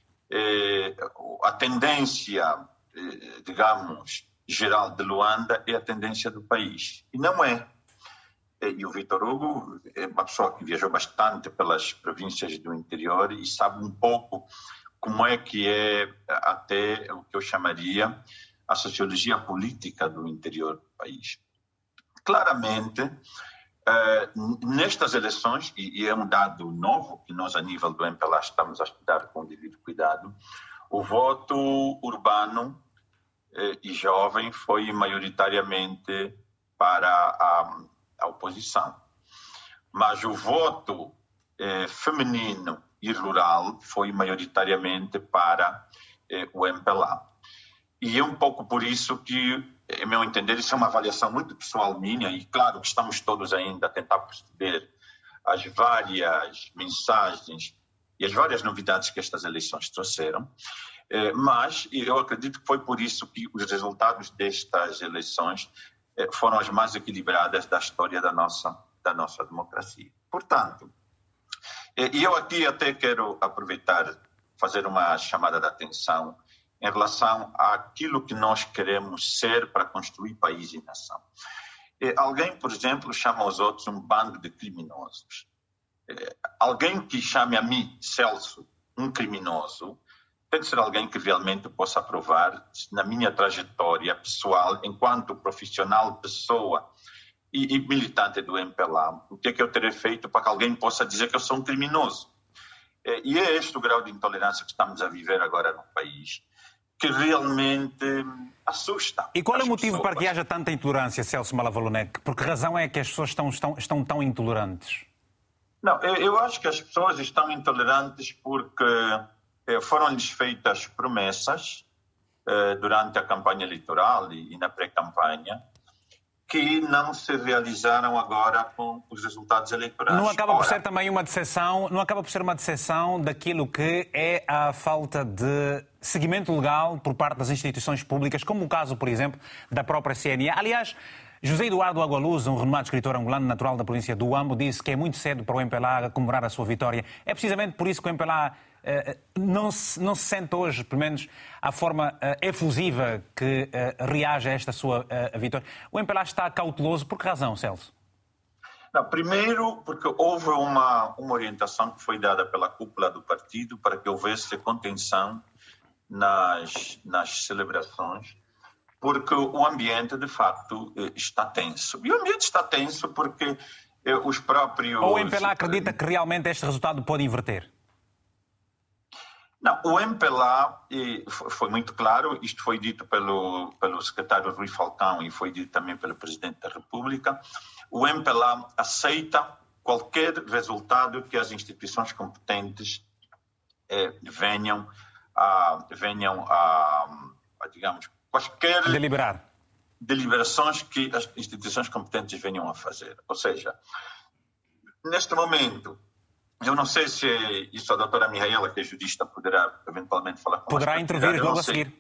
H: a tendência, digamos, geral de Luanda é a tendência do país. E não é. E o Vítor Hugo é uma pessoa que viajou bastante pelas províncias do interior e sabe um pouco como é que é até o que eu chamaria a sociologia política do interior do país. Claramente, nestas eleições, e é um dado novo que nós a nível do MPLA estamos a estudar com o devido cuidado, o voto urbano e jovem foi maioritariamente para a oposição. Mas o voto feminino e rural foi maioritariamente para o MPLA. E é um pouco por isso que, a meu entender, isso é uma avaliação muito pessoal minha, e claro que estamos todos ainda a tentar perceber as várias mensagens e as várias novidades que estas eleições trouxeram, mas eu acredito que foi por isso que os resultados destas eleições foram as mais equilibradas da história da nossa democracia. Portanto, e eu aqui até quero aproveitar, fazer uma chamada de atenção em relação àquilo que nós queremos ser para construir país e nação. Alguém, por exemplo, chama aos outros um bando de criminosos. Alguém que chame a mim, Celso, um criminoso, tem que ser alguém que realmente possa provar, na minha trajetória pessoal, enquanto profissional, pessoa e militante do MPLA, o que é que eu terei feito para que alguém possa dizer que eu sou um criminoso. E é este o grau de intolerância que estamos a viver agora no país, que realmente assusta.
A: E qual é o motivo para que haja tanta intolerância, Celso Malavalonek? Por que razão é que as pessoas estão tão intolerantes?
H: Não, eu acho que as pessoas estão intolerantes porque foram-lhes feitas promessas durante a campanha eleitoral e na pré-campanha que não se realizaram agora com os resultados eleitorais.
A: Não acaba por ser também uma decepção, não acaba por ser uma decepção daquilo que é a falta de seguimento legal por parte das instituições públicas, como o caso, por exemplo, da própria CNE. Aliás, José Eduardo Agualuz, um renomado escritor angolano natural da província do Huambo, disse que é muito cedo para o MPLA comemorar a sua vitória. É precisamente por isso que o MPLA não se sente hoje, pelo menos, a forma efusiva que reage a esta sua vitória. O MPLA está cauteloso. Por que razão, Celso?
H: Não, primeiro, porque houve uma orientação que foi dada pela cúpula do partido para que houvesse contenção nas celebrações, porque o ambiente, de facto, está tenso. E o ambiente está tenso porque os próprios...
A: Ou o MPLA acredita que realmente este resultado pode inverter?
H: Não, o MPLA foi muito claro, isto foi dito pelo secretário Rui Falcão e foi dito também pelo Presidente da República. O MPLA aceita qualquer resultado que as instituições competentes venham a digamos, quaisquer deliberações que as instituições competentes venham a fazer. Ou seja, neste momento, eu não sei se isso a doutora Mihaela, que é jurista, poderá eventualmente falar com
A: Poderá intervir logo a seguir.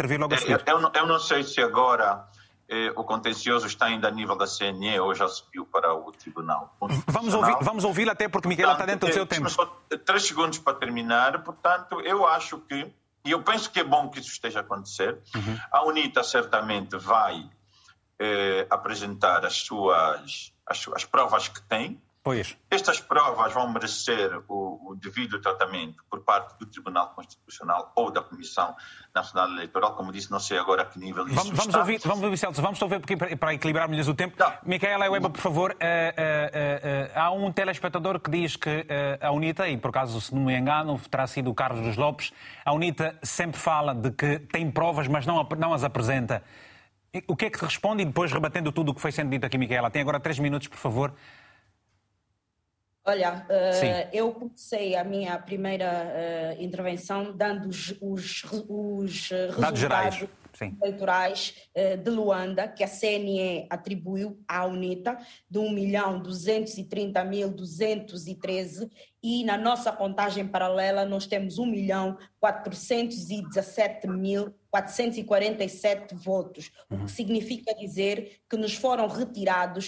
H: Eu não sei se agora o contencioso está ainda a nível da CNE ou já subiu para o Tribunal Constitucional.
A: Vamos ouvi-la até porque Mihaela está dentro do seu tempo.
H: Só 3 segundos para terminar. Portanto, eu acho que, e eu penso que é bom que isso esteja a acontecer, a UNITA certamente vai apresentar as provas que tem.
A: Pois.
H: Estas provas vão merecer o devido tratamento por parte do Tribunal Constitucional ou da Comissão Nacional Eleitoral. Como disse, não sei agora a que nível isso está.
A: Vamos ouvir, Celso, vamos ouvir porque, para equilibrarmos o tempo. Micaela Ueba, por favor, há um telespectador que diz que a UNITA, e por acaso se não me engano, terá sido o Carlos dos Lopes, a UNITA sempre fala de que tem provas, mas não as apresenta. O que é que te responde? E depois rebatendo tudo o que foi sendo dito aqui, Micaela. Tem agora 3 minutos, por favor.
G: Olha, eu comecei a minha primeira intervenção dando os resultados eleitorais de Luanda, que a CNE atribuiu à UNITA, de 1.230.213, e na nossa contagem paralela nós temos 1.417.447 votos, o que significa dizer que nos foram retirados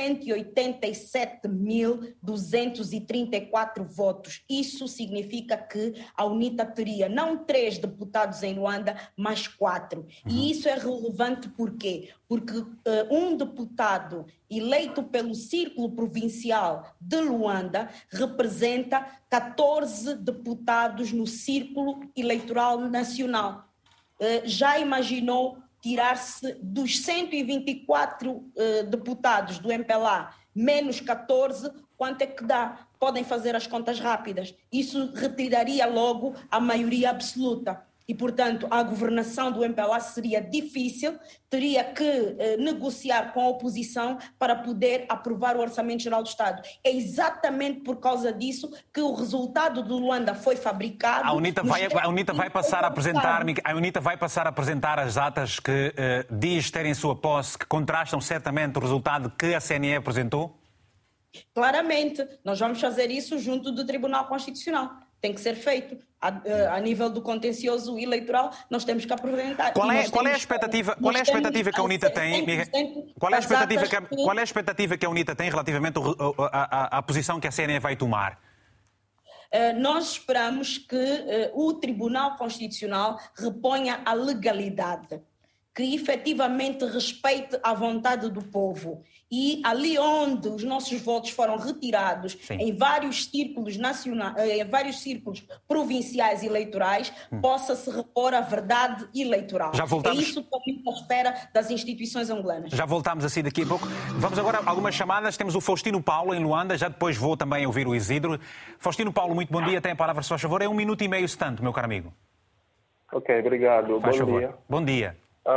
G: 187.234 votos. Isso significa que a UNITA teria não 3 deputados em Luanda, mas 4. E isso é relevante por quê? Porque um deputado eleito pelo Círculo Provincial de Luanda representa 14 deputados no Círculo Eleitoral Nacional. Já imaginou tirar-se dos 124 deputados do MPLA menos 14, quanto é que dá? Podem fazer as contas rápidas. Isso retiraria logo a maioria absoluta. E, portanto, a governação do MPLA seria difícil, teria que negociar com a oposição para poder aprovar o Orçamento Geral do Estado. É exatamente por causa disso que o resultado de Luanda foi fabricado.
A: A UNITA vai passar a apresentar as atas que diz ter em sua posse, que contrastam certamente o resultado que a CNE apresentou?
G: Claramente, nós vamos fazer isso junto do Tribunal Constitucional. Tem que ser feito. A nível do contencioso eleitoral, nós temos que apresentar.
A: Qual é a expectativa que a UNITA tem? Qual é a expectativa que a UNITA tem relativamente à posição que a CNE vai tomar?
G: Nós esperamos que o Tribunal Constitucional reponha a legalidade, que efetivamente respeite a vontade do povo. E ali onde os nossos votos foram retirados, em vários círculos nacionais, em vários círculos provinciais eleitorais, possa-se repor a verdade eleitoral. É isso que a gente espera das instituições angolanas.
A: Já voltamos assim daqui a pouco. Vamos agora a algumas chamadas. Temos o Faustino Paulo em Luanda, já depois vou também ouvir o Isidro. Faustino Paulo, muito bom dia. Tem a palavra, se faz favor. É 1 minuto e meio, se tanto, meu caro amigo.
L: Ok, obrigado.
A: Faz
L: bom
A: favor.
L: dia.
A: Bom dia.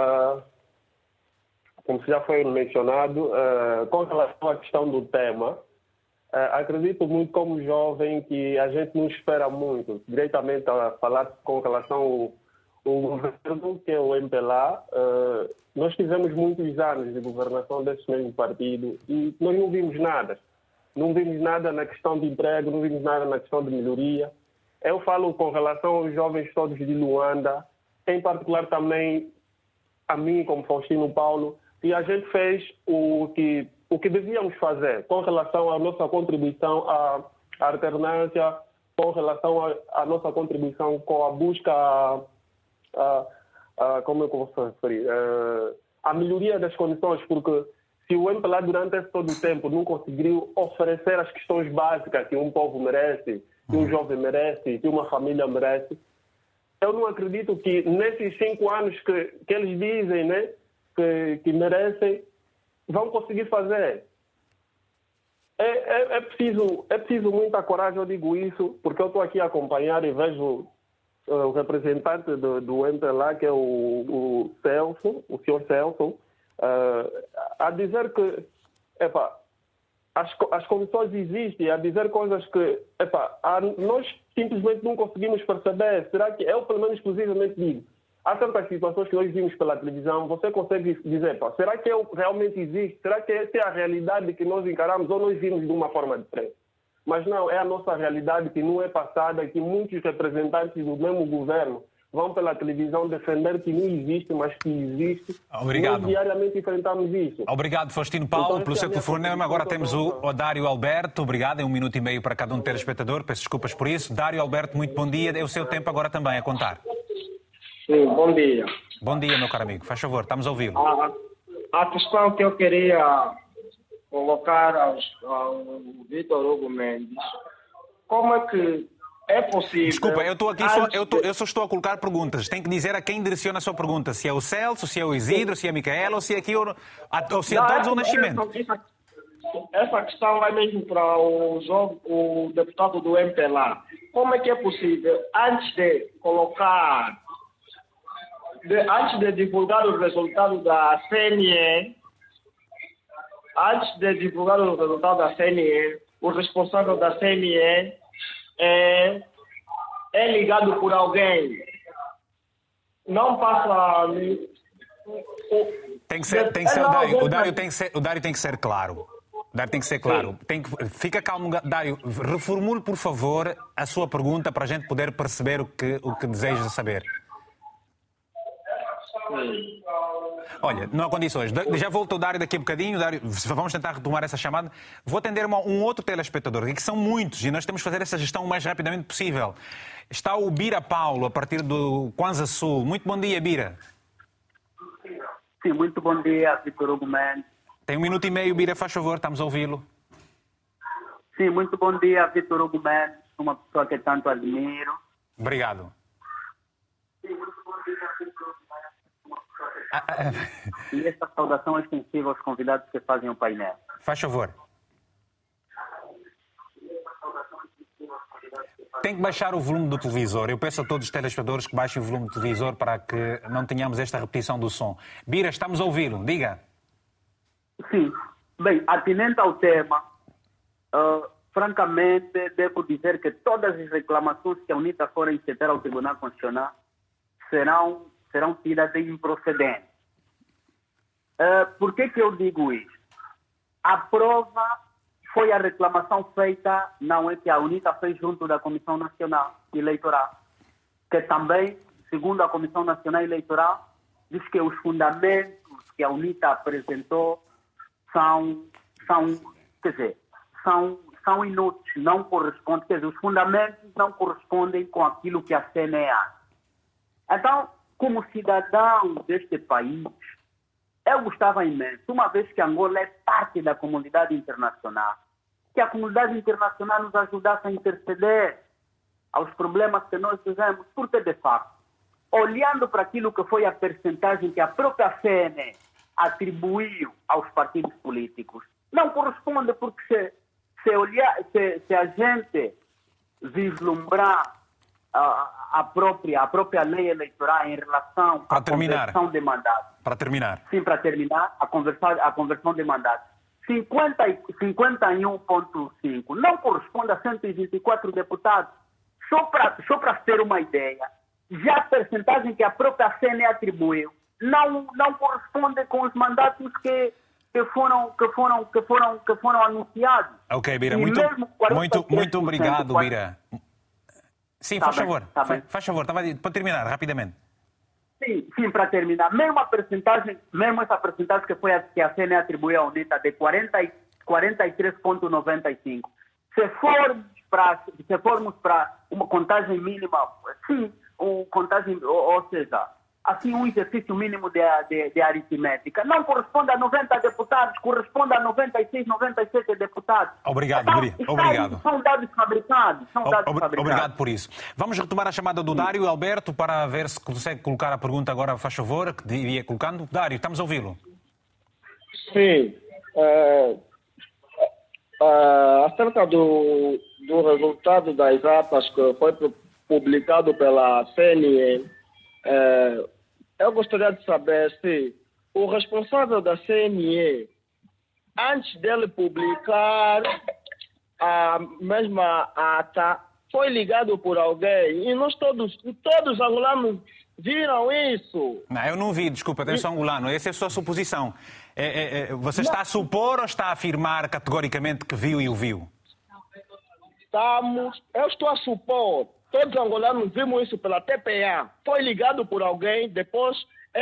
L: Como já foi mencionado, com relação à questão do tema, acredito muito como jovem que a gente não espera muito, diretamente a falar com relação ao governo, que é o MPLA. Nós tivemos muitos anos de governação desse mesmo partido e nós não vimos nada. Não vimos nada na questão de emprego, não vimos nada na questão de melhoria. Eu falo com relação aos jovens todos de Luanda, em particular também a mim como Faustino Paulo, e a gente fez o que devíamos fazer com relação à nossa contribuição à alternância, com relação à nossa contribuição com a busca, como eu posso referir, a melhoria das condições, porque se o MPLA durante esse todo o tempo não conseguiu oferecer as questões básicas que um povo merece, que um jovem merece, que uma família merece, eu não acredito que nesses 5 anos que eles dizem, né, que merecem, vão conseguir fazer. É preciso muita coragem, eu digo isso, porque eu estou aqui a acompanhar e vejo o representante do MPLA, que é o Celso, o senhor Celso, a dizer que as condições existem, a dizer coisas que nós simplesmente não conseguimos perceber. Será que eu, pelo menos, exclusivamente digo, há tantas situações que nós vimos pela televisão, você consegue dizer, será que realmente existe? Será que essa é a realidade que nós encaramos ou nós vimos de uma forma diferente? Mas não, é a nossa realidade que não é passada, que muitos representantes do mesmo governo vão pela televisão defender que não existe, mas que existe.
A: Obrigado.
L: Nós diariamente enfrentamos isso.
A: Obrigado, Faustino Paulo, pelo seu telefonema. Agora temos o Dário Alberto. Obrigado. É 1 minuto e meio para cada um telespectador. Peço desculpas por isso. Dário Alberto, muito bom dia. É o seu tempo agora também a contar.
M: Sim, bom dia.
A: Bom dia, meu caro amigo. Faz favor, estamos a ouvi-lo.
M: A questão que eu queria colocar ao Vítor Hugo Mendes, como é que é possível...
A: Desculpa, eu só estou a colocar perguntas. Tem que dizer a quem direciona a sua pergunta. Se é o Celso, se é o Isidro, se é a Micaela, ou se é aqui, ou se é todos o Nascimento.
M: Essa questão vai mesmo para o deputado do MPLA. Como é que é possível, antes de divulgar os resultados da CNE, o responsável da CNE é ligado por alguém. Não passa...
A: Tem que ser o Dário tem que ser claro. O Dário tem que ser claro. Fica calmo, Dário. Reformule, por favor, a sua pergunta para a gente poder perceber o que deseja saber. Olha, não há condições. Já volta o Dário daqui a bocadinho. Dário, vamos tentar retomar essa chamada. Vou atender um outro telespectador, que são muitos, e nós temos que fazer essa gestão o mais rapidamente possível. Está o Bira Paulo, a partir do Kwanza Sul. Muito bom dia, Bira.
N: Sim, muito bom dia, Vitor Hugo Mendes.
A: Tem 1 minuto e meio, Bira, faz favor, estamos a ouvi-lo.
N: Sim, muito bom dia, Vitor Hugo Mendes, uma pessoa que tanto admiro.
A: Obrigado.
N: E esta saudação é extensiva aos convidados que fazem o painel.
A: Faz favor. Tem que baixar o volume do televisor. Eu peço a todos os telespectadores que baixem o volume do televisor para que não tenhamos esta repetição do som. Bira, estamos a ouvi-lo. Diga.
N: Sim. Bem, atinente ao tema, francamente, devo dizer que todas as reclamações que a UNITA for incitar ao Tribunal Constitucional serão tidas de improcedentes. Por que eu digo isso? A prova foi a reclamação feita, não é que a UNITA fez junto da Comissão Nacional Eleitoral, que também, segundo a Comissão Nacional Eleitoral, diz que os fundamentos que a UNITA apresentou são inúteis, não correspondem, quer dizer, os fundamentos não correspondem com aquilo que a CNE acha. Então, como cidadão deste país, eu gostava imenso, uma vez que Angola é parte da comunidade internacional, que a comunidade internacional nos ajudasse a interceder aos problemas que nós fizemos, porque, de facto, olhando para aquilo que foi a percentagem que a própria CNE atribuiu aos partidos políticos, não corresponde, porque se a gente vislumbrar a própria lei eleitoral em relação à conversão de mandatos.
A: Para terminar.
N: Sim, para terminar, a conversão de mandatos. 51,5 não corresponde a 124 deputados. Só para ter uma ideia, já a percentagem que a própria CNE atribuiu não corresponde com os mandatos que foram anunciados.
A: Ok, Bira, muito obrigado, Bira. Sim, faz favor. Faz favor, para terminar, rapidamente.
N: Sim, para terminar. Mesmo essa percentagem que a CNE atribuiu à UNITA de 43,95. Se formos para uma contagem mínima, sim, ou seja, assim um exercício mínimo de aritmética, não corresponde a 90 deputados, corresponde a 96, 97 deputados.
A: Obrigado, Bira.
N: Obrigado. São dados fabricados.
A: Obrigado por isso. Vamos retomar a chamada do Dário Alberto para ver se consegue colocar a pergunta agora, faz favor, que iria colocando. Dário, estamos a ouvi-lo.
M: Sim. Acerca do resultado das atas que foi publicado pela CNE, eu gostaria de saber se o responsável da CNE, antes dele publicar a mesma ata, foi ligado por alguém e nós todos angolanos viram isso.
A: Não, eu não vi, desculpa, atenção angolano, essa é a sua suposição. Você está a supor ou está a afirmar categoricamente que viu e o viu?
M: Eu estou a supor. Todos os angolanos vimos isso pela TPA. Foi ligado por alguém, depois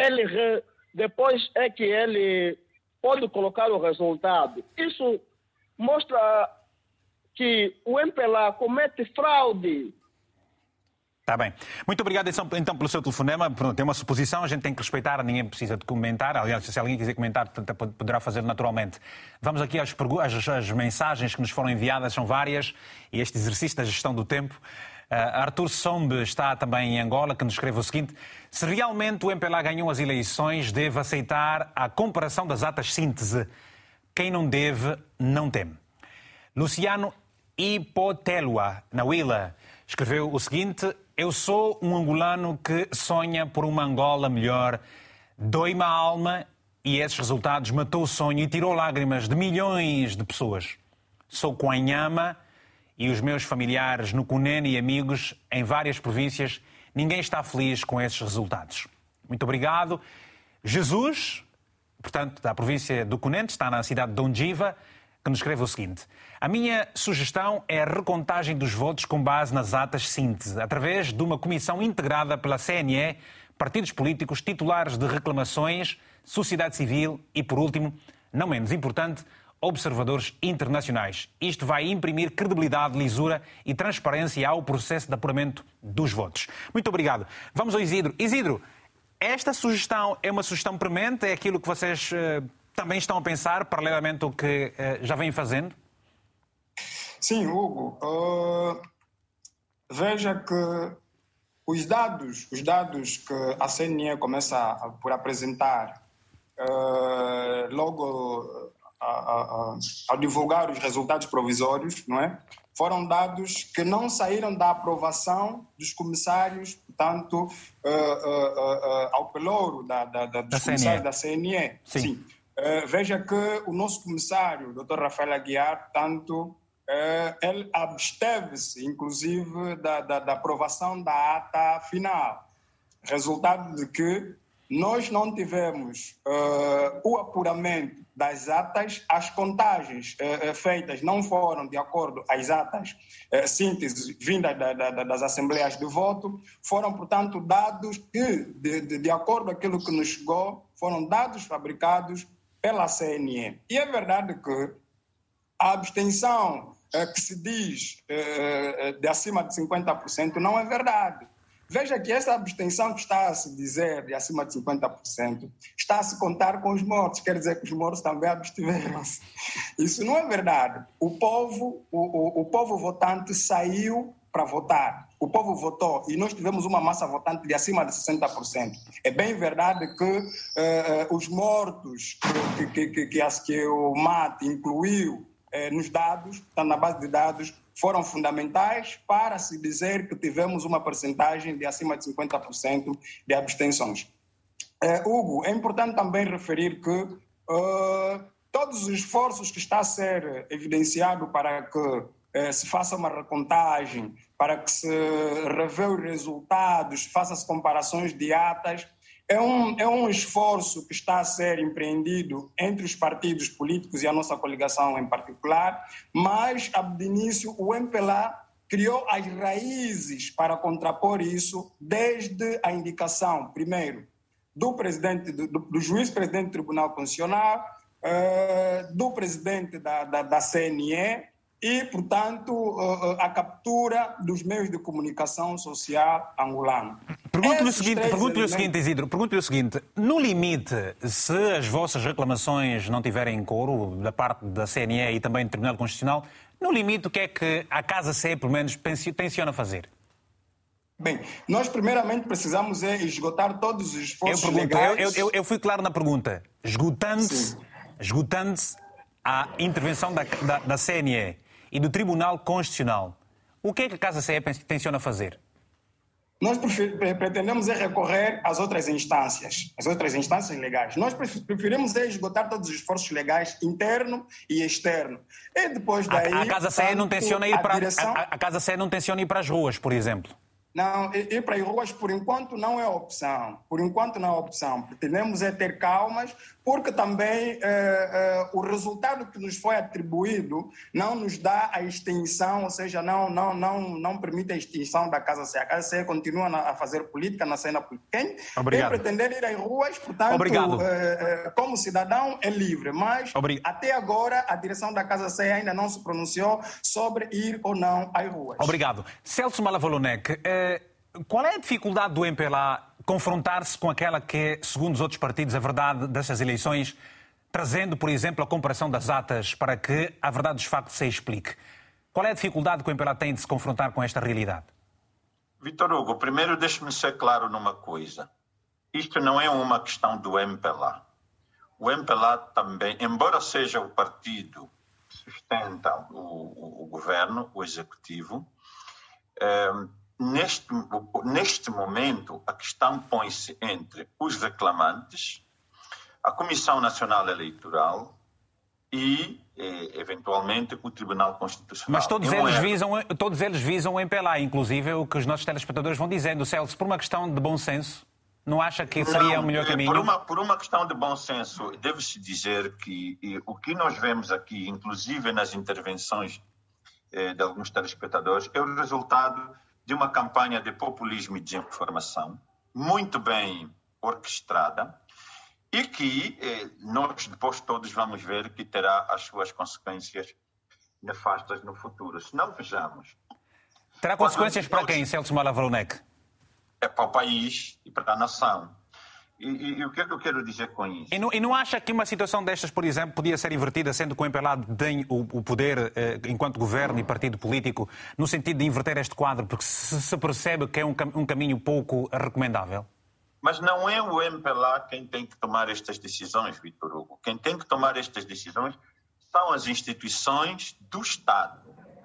M: é que ele pode colocar o resultado. Isso mostra que o MPLA comete fraude.
A: Está bem. Muito obrigado então pelo seu telefonema. Tem uma suposição, a gente tem que respeitar, ninguém precisa de comentar. Aliás, se alguém quiser comentar, poderá fazer naturalmente. Vamos aqui às mensagens que nos foram enviadas, são várias, e este exercício da gestão do tempo. Arthur Sombe está também em Angola, que nos escreve o seguinte: se realmente o MPLA ganhou as eleições, deve aceitar a comparação das atas síntese. Quem não deve, não teme. Luciano Hipotelua, na Willa, escreveu o seguinte: eu sou um angolano que sonha por uma Angola melhor. Dói-me a alma e esses resultados matou o sonho e tirou lágrimas de milhões de pessoas. sou Coanhama e os meus familiares no Cunene e amigos em várias províncias, ninguém está feliz com esses resultados. Muito obrigado. Jesus, portanto, da província do Cunene, está na cidade de Ondiva, que nos escreve o seguinte: a minha sugestão é a recontagem dos votos com base nas atas síntese, através de uma comissão integrada pela CNE, partidos políticos, titulares de reclamações, sociedade civil e, por último, não menos importante, observadores internacionais. Isto vai imprimir credibilidade, lisura e transparência ao processo de apuramento dos votos. Muito obrigado. Vamos ao Isidro. Isidro, esta sugestão é uma sugestão premente? É aquilo que vocês também estão a pensar, paralelamente ao que já vêm fazendo?
E: Sim, Hugo. Veja que os dados que a CNE começa por apresentar logo ao divulgar os resultados provisórios, não é? Foram dados que não saíram da aprovação dos comissários, portanto, ao pelouro dos comissários da CNE. Sim. Veja que o nosso comissário, Dr. Rafael Aguiar, portanto, ele absteve-se, inclusive, da aprovação da ata final. Resultado de que nós não tivemos o apuramento das atas, as contagens feitas não foram de acordo às atas síntese vindas das assembleias de voto, foram, portanto, dados que, de acordo com aquilo que nos chegou, foram dados fabricados pela CNE. E é verdade que a abstenção que se diz de acima de 50% não é verdade. Veja que essa abstenção que está a se dizer de acima de 50% está a se contar com os mortos, quer dizer que os mortos também abstiveram-se. Isso não é verdade. O povo votante saiu para votar. O povo votou e nós tivemos uma massa votante de acima de 60%. É bem verdade que os mortos que o MAT incluiu nos dados, está na base de dados, foram fundamentais para se dizer que tivemos uma percentagem de acima de 50% de abstenções. Hugo, é importante também referir que todos os esforços que está a ser evidenciado para que se faça uma recontagem, para que se revê os resultados, faça-se comparações de atas, é um esforço que está a ser empreendido entre os partidos políticos e a nossa coligação em particular, mas, de início, o MPLA criou as raízes para contrapor isso desde a indicação, primeiro, do juiz-presidente do Tribunal Constitucional, do presidente da CNE, e, portanto, a captura dos meios de comunicação social angolano.
A: Pergunto-lhe o seguinte, Isidro, no limite, se as vossas reclamações não tiverem coro da parte da CNE e também do Tribunal Constitucional, no limite, o que é que a Casa CE, pelo menos, tenciona fazer?
E: Bem, nós primeiramente precisamos esgotar todos os esforços legais...
A: Eu fui claro na pergunta. Esgotando-se a intervenção da CNE e do Tribunal Constitucional, o que é que a Casa CE tenciona fazer?
E: Nós pretendemos recorrer às outras instâncias legais. Nós preferimos esgotar todos os esforços legais, interno e externo. E depois daí...
A: A Casa CE não tenciona ir para as ruas, por exemplo?
E: Não, ir para as ruas, por enquanto, não é opção. Pretendemos ter calmas, porque também o resultado que nos foi atribuído não nos dá a extinção, ou seja, não permite a extinção da Casa CE. A Casa CE continua a fazer política na cena política. Quem pretender ir às ruas, portanto, como cidadão, é livre. Mas, até agora, a direção da Casa CE ainda não se pronunciou sobre ir ou não às ruas.
A: Obrigado. Celso Malavolonek, qual é a dificuldade do MPLA confrontar-se com aquela que é, segundo os outros partidos, a verdade dessas eleições, trazendo, por exemplo, a comparação das atas para que a verdade dos factos se explique? Qual é a dificuldade que o MPLA tem de se confrontar com esta realidade?
H: Vítor Hugo, primeiro deixe-me ser claro numa coisa. Isto não é uma questão do MPLA. O MPLA também, embora seja o partido que sustenta o governo, o executivo, neste momento, a questão põe-se entre os reclamantes, a Comissão Nacional Eleitoral e, eventualmente, o Tribunal Constitucional.
A: Mas todos eles visam o MPLA, inclusive o que os nossos telespectadores vão dizendo. Celso, por uma questão de bom senso, não acha que seria o melhor caminho?
H: Por uma questão de bom senso, deve-se dizer que o que nós vemos aqui, inclusive nas intervenções de alguns telespectadores, é o resultado de uma campanha de populismo e desinformação muito bem orquestrada e que nós depois todos vamos ver que terá as suas consequências nefastas no futuro. Se não vejamos...
A: Terá consequências para quem, Celso Malha Vroonek?
H: É para o país e para a nação. E o que é que eu quero dizer com isso?
A: E não acha que uma situação destas, por exemplo, podia ser invertida, sendo que o MPLA tem o poder enquanto governo e partido político, no sentido de inverter este quadro, porque se percebe que é um caminho pouco recomendável?
H: Mas não é o MPLA quem tem que tomar estas decisões, Vítor Hugo. Quem tem que tomar estas decisões são as instituições do Estado.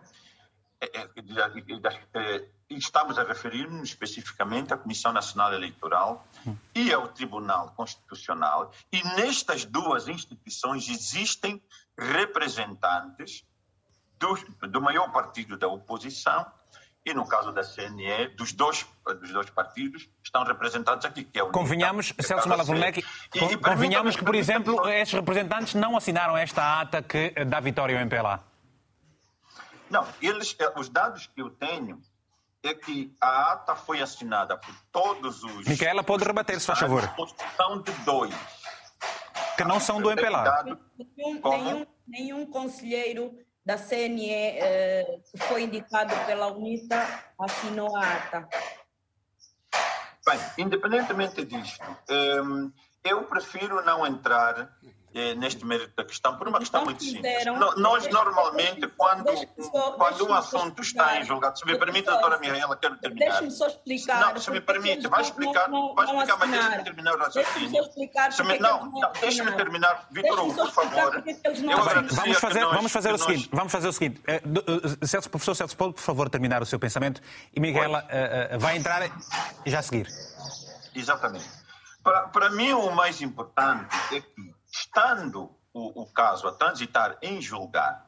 H: Estamos a referir-nos especificamente à Comissão Nacional Eleitoral e ao Tribunal Constitucional. E nestas duas instituições existem representantes do maior partido da oposição e, no caso da CNE, dos dois partidos estão representados aqui. Que é o
A: convenhamos, Celso Malha Vroonek, convenhamos que, por exemplo, estes representantes não assinaram esta ata que dá vitória ao MPLA.
H: Não, os dados que eu tenho é que a ata foi assinada por todos os...
A: Micaela, pode rebater, se faz favor.
H: São de 2.
A: Que não são do MPLA.
G: Nenhum conselheiro da CNE que foi indicado pela UNITA assinou a ata.
H: Bem, independentemente disto, eu prefiro não entrar neste mérito da questão, por uma questão muito simples. Nós, normalmente, quando um assunto está em julgado... Se me permite, doutora Micaela, quero terminar.
G: Deixe-me só explicar.
H: Não, se me permite, vai explicar, mas deixe-me terminar o raciocínio. Deixe-me terminar. Vítor Hugo, por favor.
A: Vamos fazer o seguinte. Professor Celso, pode, por favor, terminar o seu pensamento e Micaela vai entrar e já seguir.
H: Exatamente. Para mim, o mais importante é que, estando o caso a transitar em julgado,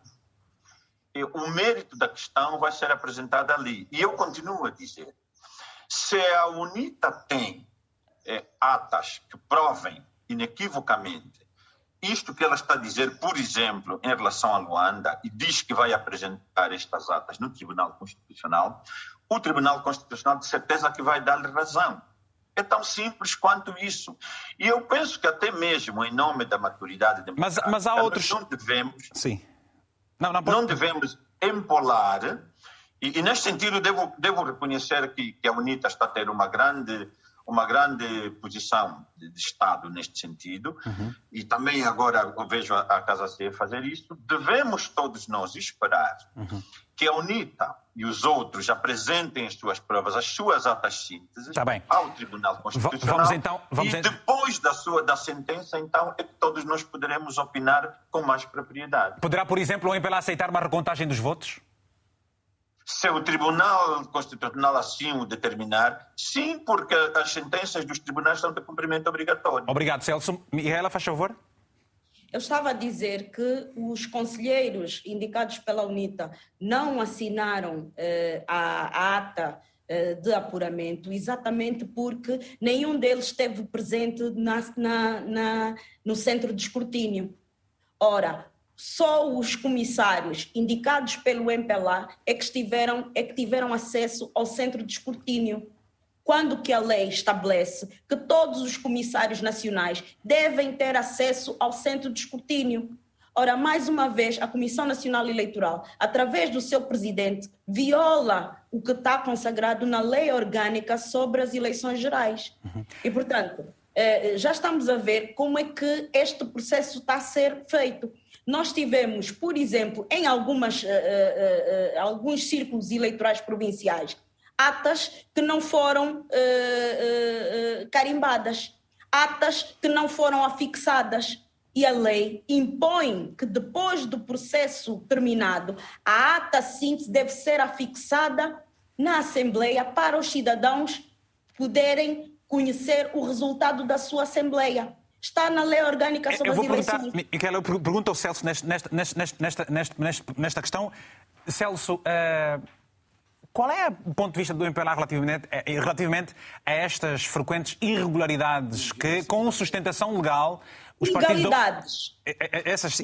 H: o mérito da questão vai ser apresentado ali. E eu continuo a dizer, se a UNITA tem atas que provem inequivocamente isto que ela está a dizer, por exemplo, em relação a Luanda, e diz que vai apresentar estas atas no Tribunal Constitucional, o Tribunal Constitucional de certeza que vai dar-lhe razão. É tão simples quanto isso. E eu penso que até mesmo em nome da maturidade democrática,
A: mas há outros...
H: não devemos,
A: sim.
H: Não devemos empolar, e neste sentido devo reconhecer que a UNITA está a ter uma grande posição de Estado neste sentido, e também agora eu vejo a Casa C fazer isso. Devemos todos nós esperar que a UNITA e os outros apresentem as suas provas, as suas atas sínteses ao Tribunal Constitucional. E depois da sentença, então, é que todos nós poderemos opinar com mais propriedade.
A: Poderá, por exemplo, o MPLA aceitar uma recontagem dos votos?
H: Se o Tribunal Constitucional assim o determinar, sim, porque as sentenças dos tribunais são de cumprimento obrigatório.
A: Obrigado, Celso. Micaela, faz favor.
G: Eu estava a dizer que os conselheiros indicados pela UNITA não assinaram a ata de apuramento, exatamente porque nenhum deles esteve presente no centro de escrutínio. Ora, só os comissários indicados pelo MPLA é que tiveram acesso ao centro de escrutínio. Quando que a lei estabelece que todos os comissários nacionais devem ter acesso ao centro de escrutínio. Ora, mais uma vez, a Comissão Nacional Eleitoral, através do seu presidente, viola o que está consagrado na lei orgânica sobre as eleições gerais. E, portanto, já estamos a ver como é que este processo está a ser feito. Nós tivemos, por exemplo, em alguns círculos eleitorais provinciais, atas que não foram carimbadas, atas que não foram afixadas. E a lei impõe que depois do processo terminado, a ata síntese deve ser afixada na Assembleia para os cidadãos poderem conhecer o resultado da sua Assembleia. Está na lei orgânica sobre as eleições.
A: Micaela, eu pergunto ao Celso nesta questão. Celso, qual é o ponto de vista do MPLA relativamente a estas frequentes irregularidades que, com sustentação legal, os partidos... Essas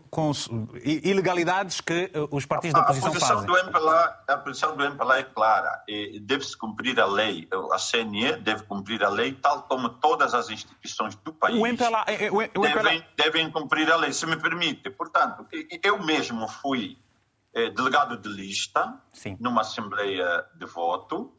A: ilegalidades que os partidos da oposição fazem.
H: A posição do MPLA é clara. Deve-se cumprir a lei. A CNE deve cumprir a lei, tal como todas as instituições do país devem cumprir a lei, se me permite. Portanto, eu mesmo fui delegado de lista, sim, numa assembleia de voto,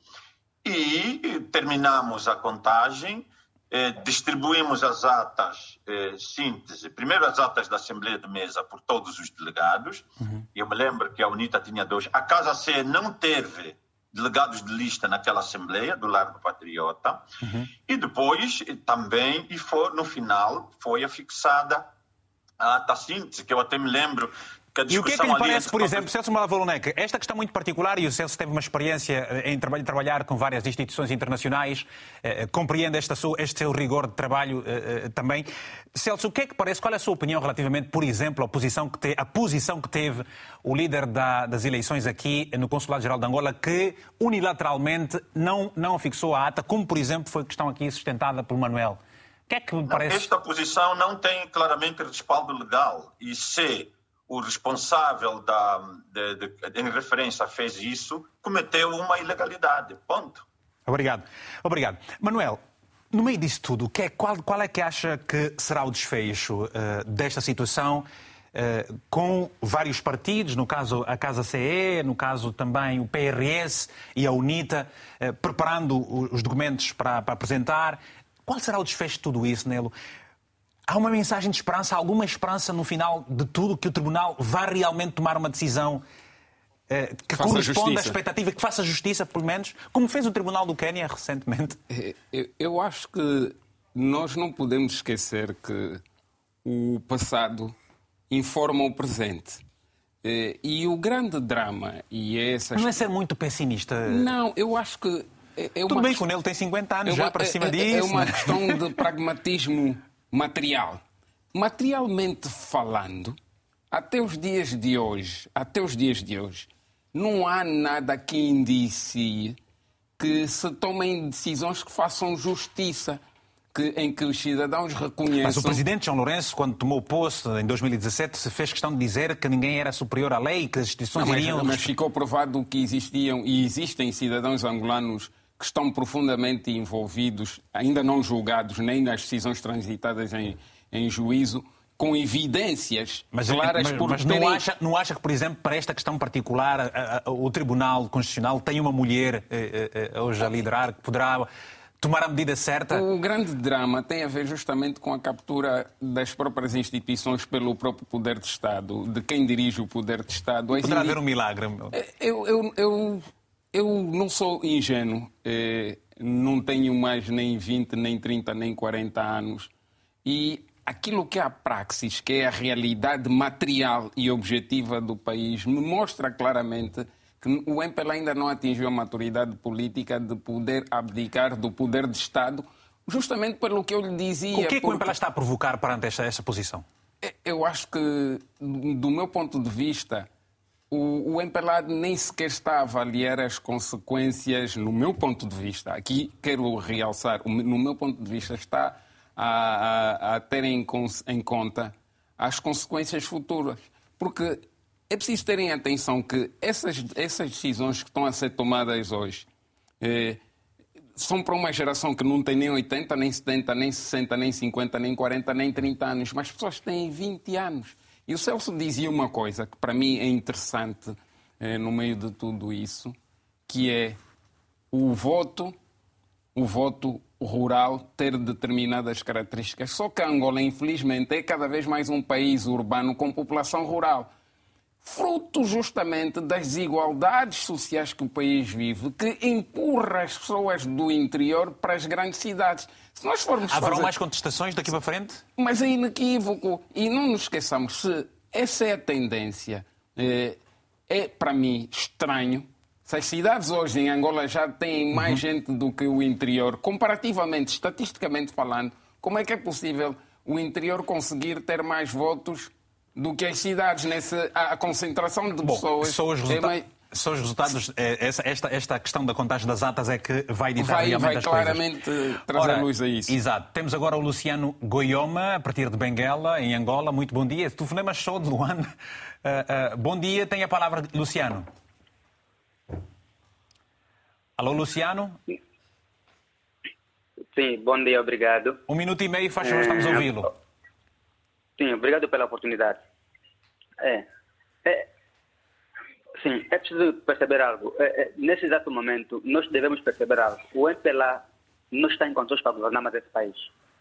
H: e terminamos a contagem, distribuímos as atas, síntese, primeiro as atas da Assembleia de Mesa por todos os delegados. Eu me lembro que a UNITA tinha 2, a Casa C não teve delegados de lista naquela Assembleia, do Largo Patriota, e depois também, no final, foi afixada a ata síntese, que eu até me lembro.
A: E o que é que lhe parece, por exemplo, Celso Malavolonec, esta questão muito particular, e o Celso teve uma experiência em trabalhar com várias instituições internacionais, compreende este seu rigor de trabalho também. Celso, o que é que parece, qual é a sua opinião relativamente, por exemplo, à posição que teve o líder das eleições aqui no Consulado-Geral de Angola, que unilateralmente não afixou a ata, como, por exemplo, foi a questão aqui sustentada por Manuel? O que é que me parece?
H: Esta posição não tem claramente respaldo legal, e se o responsável em referência fez isso, cometeu uma ilegalidade. Ponto.
A: Obrigado. Manuel, no meio disso tudo, qual é que acha que será o desfecho desta situação com vários partidos, no caso a Casa CE, no caso também o PRS e a UNITA, preparando os documentos para apresentar? Qual será o desfecho de tudo isso, Nelo? Há uma mensagem de esperança, alguma esperança no final de tudo, que o Tribunal vá realmente tomar uma decisão que corresponda à expectativa, que faça justiça, pelo menos, como fez o Tribunal do Quênia recentemente?
F: Eu acho que nós não podemos esquecer que o passado informa o presente. E o grande drama, e é essa...
A: Não é ser muito pessimista?
F: Não, eu acho que...
A: Tudo bem que o Nelo tem 50 anos já para cima disso.
F: É uma questão de pragmatismo material. Materialmente falando, até os dias de hoje, não há nada que indicie que se tomem decisões que façam justiça, em que os cidadãos reconheçam...
A: Mas o presidente João Lourenço, quando tomou posto em 2017, se fez questão de dizer que ninguém era superior à lei, que as instituições iriam...
F: Mas ficou provado que existiam e existem cidadãos angolanos que estão profundamente envolvidos, ainda não julgados, nem nas decisões transitadas em juízo, com evidências claras por terem...
A: não acha que, por exemplo, para esta questão particular, o Tribunal Constitucional tem uma mulher hoje a liderar que poderá tomar a medida certa?
F: O grande drama tem a ver justamente com a captura das próprias instituições pelo próprio poder de Estado, de quem dirige o poder de Estado.
A: Poderá haver um milagre?
F: Eu não sou ingênuo, não tenho mais nem 20, nem 30, nem 40 anos. E aquilo que é a praxis, que é a realidade material e objetiva do país, me mostra claramente que o MPLA ainda não atingiu a maturidade política de poder abdicar do poder de Estado, justamente pelo que eu lhe dizia.
A: O que é que o MPLA está a provocar perante esta posição?
F: Eu acho que, do meu ponto de vista... O MPLA nem sequer está a avaliar as consequências, no meu ponto de vista. Aqui quero realçar, no meu ponto de vista, está a ter em conta as consequências futuras. Porque é preciso terem atenção que essas decisões que estão a ser tomadas hoje são para uma geração que não tem nem 80, nem 70, nem 60, nem 50, nem 40, nem 30 anos, mas pessoas que têm 20 anos. E o Celso dizia uma coisa que para mim é interessante no meio de tudo isso, que é o voto rural ter determinadas características. Só que a Angola, infelizmente, é cada vez mais um país urbano com população rural. Fruto justamente das desigualdades sociais que o país vive, que empurra as pessoas do interior para as grandes cidades. Se nós formos
A: Haverão mais contestações daqui para frente?
F: Mas é inequívoco. E não nos esqueçamos, se essa é a tendência, é para mim estranho. Se as cidades hoje em Angola já têm mais gente do que o interior, comparativamente, estatisticamente falando, como é que é possível o interior conseguir ter mais votos do que as cidades? A concentração de pessoas...
A: São os resultados. Esta questão da contagem das atas é que vai ditar realmente as
F: claramente
A: coisas.
F: Trazer luz a isso.
A: Exato. Temos agora o Luciano Goioma, a partir de Benguela, em Angola. Muito bom dia. Telefonema show de Luanda. Bom dia. Tem a palavra, Luciano. Alô, Luciano?
O: Sim, bom dia, obrigado.
A: 1 minuto e meio, faz favor, estamos a ouvi-lo.
O: Sim, obrigado pela oportunidade. Sim, é preciso perceber algo. Nesse exato momento, nós devemos perceber algo. O MPLA não está em condições para governar mais esse país.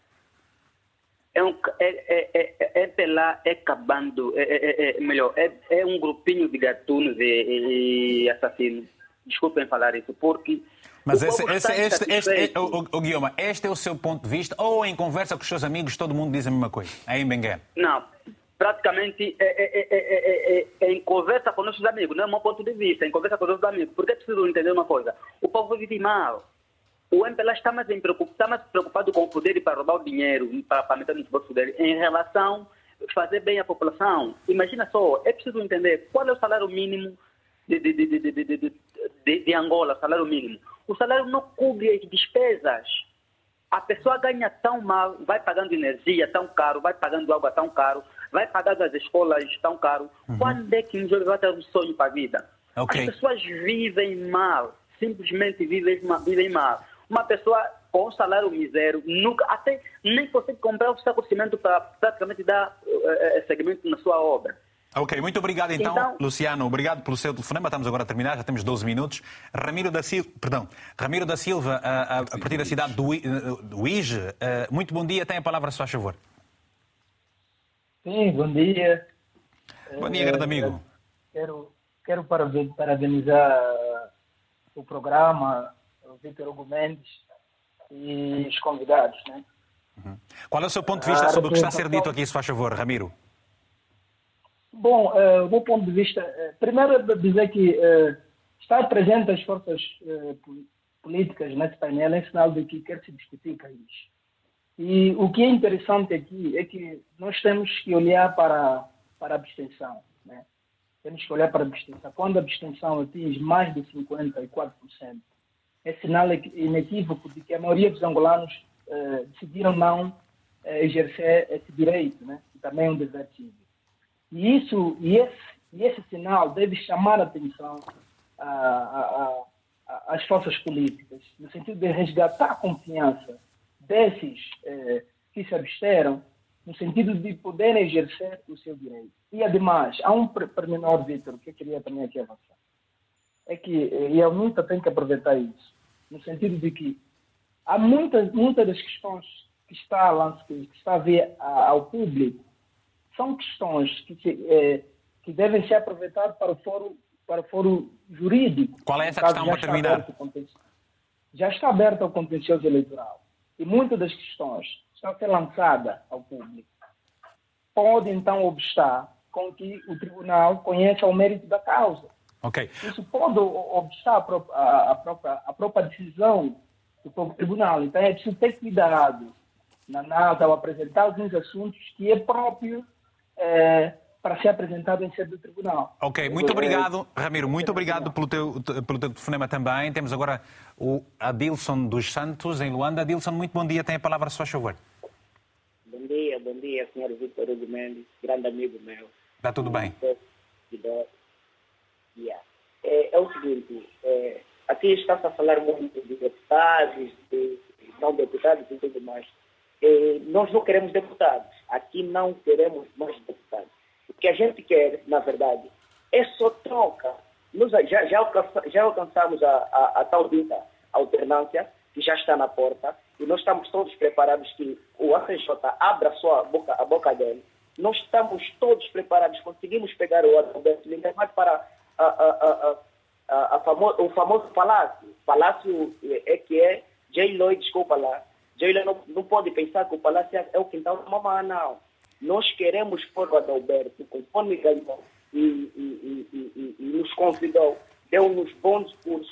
O: MPLA é acabando, é um grupinho de gatunos e assassinos. Desculpem falar isso, porque...
A: Mas Guioma, este é o seu ponto de vista? Ou em conversa com os seus amigos todo mundo diz a mesma coisa? Aí em Benguela?
O: Não. Praticamente em conversa com nossos amigos, não é o meu ponto de vista, em conversa com nossos amigos, porque é preciso entender uma coisa: o povo vive mal. O MPLA está mais preocupado com o poder e para roubar o dinheiro, para meter no bolso dele, em relação a fazer bem a população. Imagina só, é preciso entender qual é o salário mínimo de Angola, o salário mínimo. O salário não cobre as despesas. A pessoa ganha tão mal, vai pagando energia tão caro, vai pagando água tão caro, vai pagando as escolas tão caro. Quando é que um jovem vai ter um sonho para a vida?
A: Okay.
O: As pessoas vivem mal, simplesmente vivem mal. Uma pessoa com um salário misério nunca, até nem consegue comprar o saco de cimento para praticamente dar segmento na sua obra.
A: Ok, muito obrigado então, Luciano. Obrigado pelo seu telefonema. Estamos agora a terminar, já temos 12 minutos. Ramiro da Silva, a partir da cidade do Uíge. Muito bom dia, tem a palavra, se faz favor.
P: Sim, bom dia.
A: Bom dia, grande amigo.
P: Quero parabenizar o programa, o Vítor Hugo Mendes e os convidados, né?
A: Qual é o seu ponto de vista sobre o que está a ser dito aqui, se faz favor, Ramiro?
P: Bom, do meu ponto de vista, primeiro dizer que estar presente as forças políticas nesse painel é sinal de que quer se discutir país. E o que é interessante aqui é que nós temos que olhar para a abstenção, né? Temos que olhar para a abstenção. Quando a abstenção atinge mais de 54%, é sinal inequívoco de que a maioria dos angolanos decidiram não exercer esse direito, né? E também um dever cívico. E esse sinal deve chamar a atenção às forças políticas, no sentido de resgatar a confiança desses que se absteram, no sentido de poderem exercer o seu direito. E, ademais, há um pormenor, Vítor, que eu queria também aqui avançar. É que, e a UNITA tem que aproveitar isso, no sentido de que há muitas das questões que está a ver ao público, são questões que devem ser aproveitadas para o foro jurídico.
A: Qual é essa questão para terminar?
P: Já está aberto ao contencioso eleitoral. E muitas das questões estão a ser lançadas ao público. Pode, então, obstar com que o tribunal conheça o mérito da causa.
A: Okay.
P: Isso pode obstar a própria decisão do próprio tribunal. Então, é preciso ter cuidado na análise ao apresentar alguns assuntos que é próprio para ser apresentado em sede do tribunal.
A: Ok, muito obrigado, Ramiro. Muito obrigado pelo teu telefonema também. Temos agora o Adilson dos Santos, em Luanda. Adilson, muito bom dia. Tem a palavra, se faz favor.
Q: Bom dia, senhor Vítor Hugo Mendes, grande amigo meu.
A: Está tudo bem?
Q: É o seguinte, aqui está-se a falar muito de deputados, de não deputados e tudo mais. Nós não queremos deputados. Aqui não queremos mais deputados. O que a gente quer, na verdade, é só troca. Nós já alcançamos a tal dita alternância, que já está na porta, e nós estamos todos preparados que o ACJ abra a boca dele. Nós estamos todos preparados, conseguimos pegar o Adalberto Lindemann para o famoso palácio. Palácio que é J. Lloyd, desculpa lá. J. Lloyd não pode pensar que o palácio é o quintal da mamãe, não. Nós queremos pôr o Adalberto, conforme ganhou e nos convidou, deu-nos bons cursos,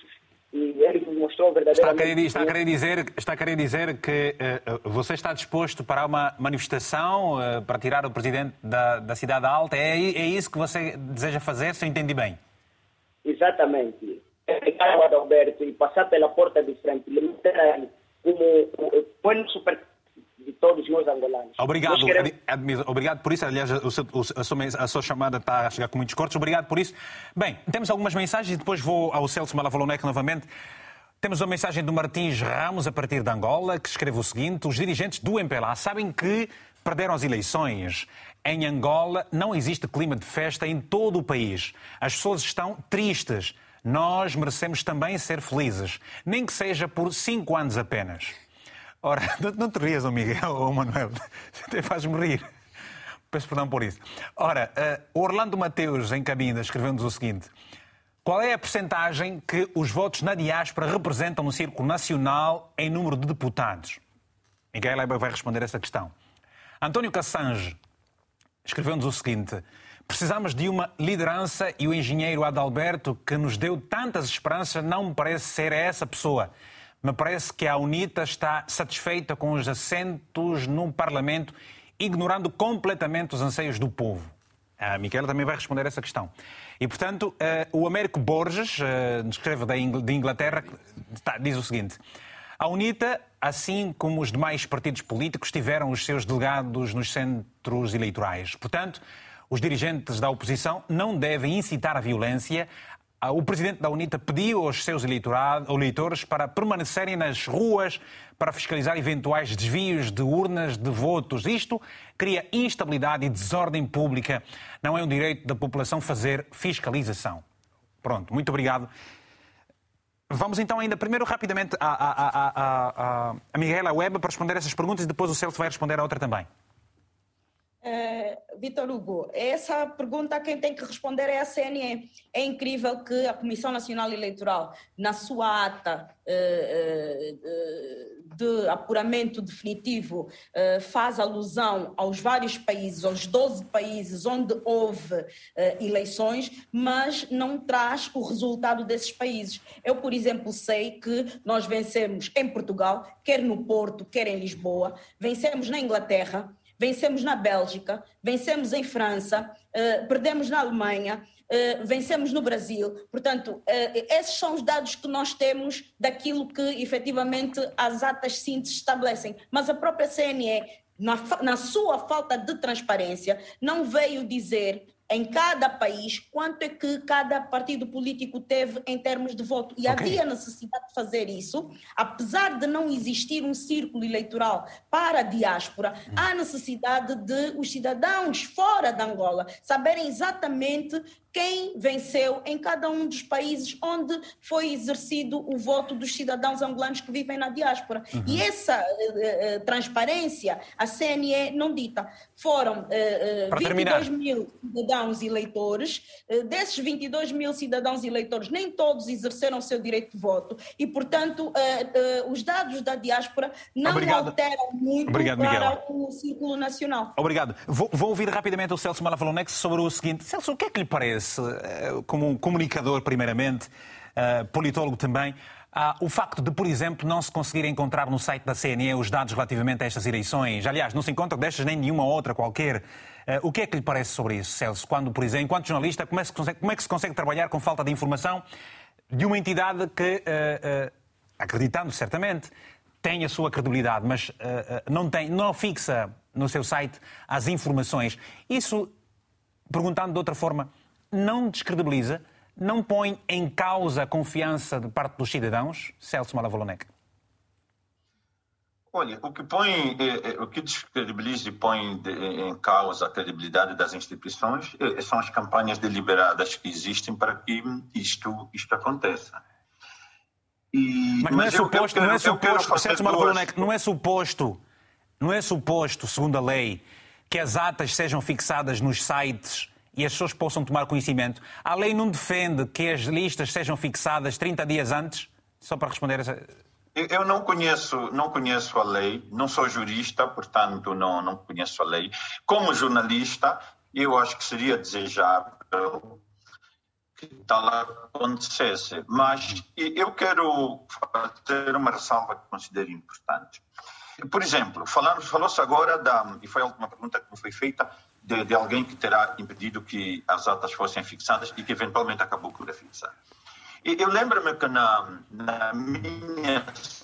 Q: E ele nos mostrou verdadeiramente...
A: Está a querer dizer que você está disposto para uma manifestação para tirar o presidente da Cidade Alta? É isso que você deseja fazer, se eu entendi bem?
Q: Exatamente. Pegar o Adalberto e passar pela porta de frente, ele meter aí como põe no super de todos nós angolanos.
A: Obrigado, obrigado por isso. Aliás, a sua chamada está a chegar com muitos cortes. Obrigado por isso. Bem, temos algumas mensagens e depois vou ao Celso Malavolonec novamente. Temos uma mensagem do Martins Ramos, a partir de Angola, que escreve o seguinte: os dirigentes do MPLA sabem que perderam as eleições. Em Angola não existe clima de festa em todo o país. As pessoas estão tristes. Nós merecemos também ser felizes, nem que seja por 5 anos apenas. Ora, não te rias, Miguel ou Manuel, até faz-me rir. Peço perdão por isso. Ora, o Orlando Mateus, em cabina, escreveu-nos o seguinte: qual é a percentagem que os votos na diáspora representam no Círculo Nacional em número de deputados? Miguel vai responder essa questão. António Cassange escreveu-nos o seguinte: precisamos de uma liderança e o engenheiro Adalberto, que nos deu tantas esperanças, não me parece ser essa pessoa. Me parece que a UNITA está satisfeita com os assentos no Parlamento, ignorando completamente os anseios do povo. A Micaela também vai responder essa questão. E, portanto, o Américo Borges, escreve de Inglaterra, diz o seguinte: a UNITA, assim como os demais partidos políticos, tiveram os seus delegados nos centros eleitorais. Portanto, os dirigentes da oposição não devem incitar a violência. O presidente da UNITA pediu aos seus eleitores para permanecerem nas ruas para fiscalizar eventuais desvios de urnas de votos. Isto cria instabilidade e desordem pública. Não é um direito da população fazer fiscalização. Pronto, muito obrigado. Vamos então ainda primeiro rapidamente a Miguela Web para responder essas perguntas e depois o Celso vai responder a outra também.
G: Vítor Hugo, essa pergunta quem tem que responder é a CNE. É incrível que a Comissão Nacional Eleitoral, na sua ata de apuramento definitivo, faz alusão aos vários países, aos 12 países onde houve eleições, mas não traz o resultado desses países. Eu, por exemplo, sei que nós vencemos em Portugal, quer no Porto, quer em Lisboa, vencemos na Inglaterra, vencemos na Bélgica, vencemos em França, perdemos na Alemanha, vencemos no Brasil. Portanto, esses são os dados que nós temos daquilo que efetivamente as atas síntese estabelecem. Mas a própria CNE, na sua falta de transparência, não veio dizer em cada país quanto é que cada partido político teve em termos de voto. E havia necessidade de fazer isso, apesar de não existir um círculo eleitoral para a diáspora, há necessidade de os cidadãos fora de Angola saberem exatamente quem venceu em cada um dos países onde foi exercido o voto dos cidadãos angolanos que vivem na diáspora. E essa transparência a CNE não dita. Foram 22 mil cidadãos eleitores. Desses 22 mil cidadãos eleitores, nem todos exerceram o seu direito de voto. E, portanto, os dados da diáspora não alteram muito para o Círculo Nacional.
A: Obrigado. Vou ouvir rapidamente o Celso Malavolonec sobre o seguinte. Celso, o que é que lhe parece, como comunicador, primeiramente, politólogo também, o facto de, por exemplo, não se conseguir encontrar no site da CNE os dados relativamente a estas eleições? Aliás, não se encontra destas nem nenhuma outra qualquer. O que é que lhe parece sobre isso, Celso? Quando, por exemplo, enquanto jornalista, como é que se consegue trabalhar com falta de informação de uma entidade que, acreditando certamente, tem a sua credibilidade, mas não fixa no seu site as informações? Isso, perguntando de outra forma, não descredibiliza, não põe em causa a confiança de parte dos cidadãos? Celso Malavolonec.
H: Olha, o que descredibiliza e põe em causa a credibilidade das instituições são as campanhas deliberadas que existem para que isto aconteça.
A: Mas não é suposto, Celso Malavolonec, não é suposto, segundo a lei, que as atas sejam fixadas nos sites e as pessoas possam tomar conhecimento? A lei não defende que as listas sejam fixadas 30 dias antes? Só para responder essa...
H: Eu não conheço a lei, não sou jurista, portanto não conheço a lei. Como jornalista, eu acho que seria desejável tal acontecesse. Mas eu quero fazer uma ressalva que considero importante. Por exemplo, falou-se agora, e foi a última pergunta que me foi feita, de alguém que terá impedido que as atas fossem fixadas e que eventualmente acabou por fixar. Eu lembro-me que na minha...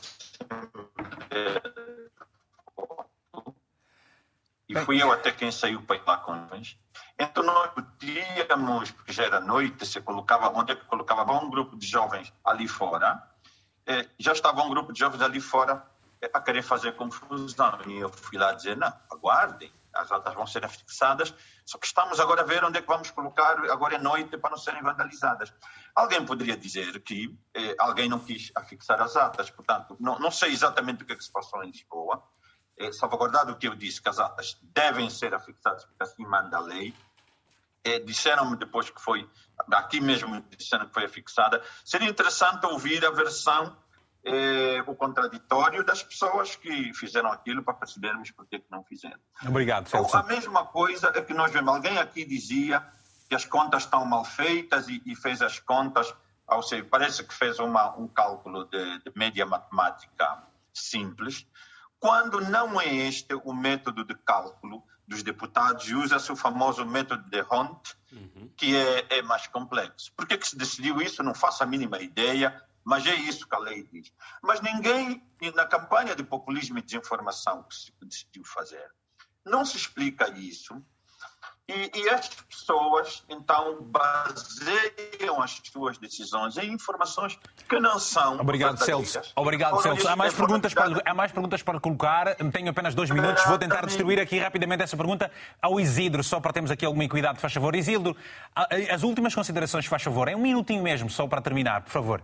H: E fui eu até quem saiu para ir lá com nós. Então nós podíamos, porque já era noite, onde é que colocava um grupo de jovens ali fora. Já estava um grupo de jovens ali fora a querer fazer confusão. E eu fui lá dizer, não, aguardem, as atas vão ser fixadas, só que estamos agora a ver onde é que vamos colocar, agora é noite, para não serem vandalizadas. Alguém poderia dizer que alguém não quis afixar as atas, portanto, não sei exatamente o que é que se passou em Lisboa, salvaguardado o que eu disse, que as atas devem ser afixadas, porque assim manda a lei. Disseram-me depois que foi, aqui mesmo disseram que foi afixada. Seria interessante ouvir a versão, o contraditório das pessoas que fizeram aquilo, para percebermos por que não fizeram.
A: Obrigado, Celso.
H: A mesma coisa é que nós vemos, alguém aqui dizia que as contas estão mal feitas e fez as contas, ou seja, parece que fez um cálculo de média matemática simples, quando não é este o método de cálculo dos deputados, usa-se o famoso método de Hont, que é mais complexo. Por que se decidiu isso? Não faço a mínima ideia, mas é isso que a lei diz. Mas ninguém, na campanha de populismo e desinformação que se decidiu fazer, não se explica isso. E as pessoas, então, baseiam as suas decisões em informações que não são
A: Obrigado, Celso. Obrigado, Celso. Há mais perguntas para colocar. Tenho apenas 2 minutos. Vou tentar distribuir aqui rapidamente essa pergunta ao Isildo, só para termos aqui alguma equidade, faz favor. Isildo, as últimas considerações, faz favor. É um minutinho mesmo, só para terminar, por favor.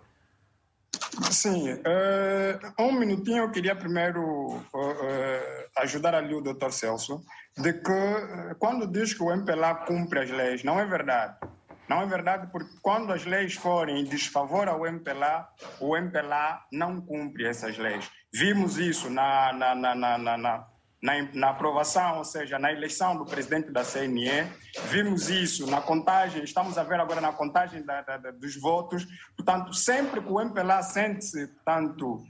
E: Sim, um minutinho eu queria primeiro ajudar ali o Dr. Celso, de que quando diz que o MPLA cumpre as leis, não é verdade. Não é verdade, porque quando as leis forem em desfavor ao MPLA, o MPLA não cumpre essas leis. Vimos isso na aprovação, ou seja, na eleição do presidente da CNE, vimos isso na contagem, estamos a ver agora na contagem dos votos. Portanto, sempre que o MPLA sente-se, tanto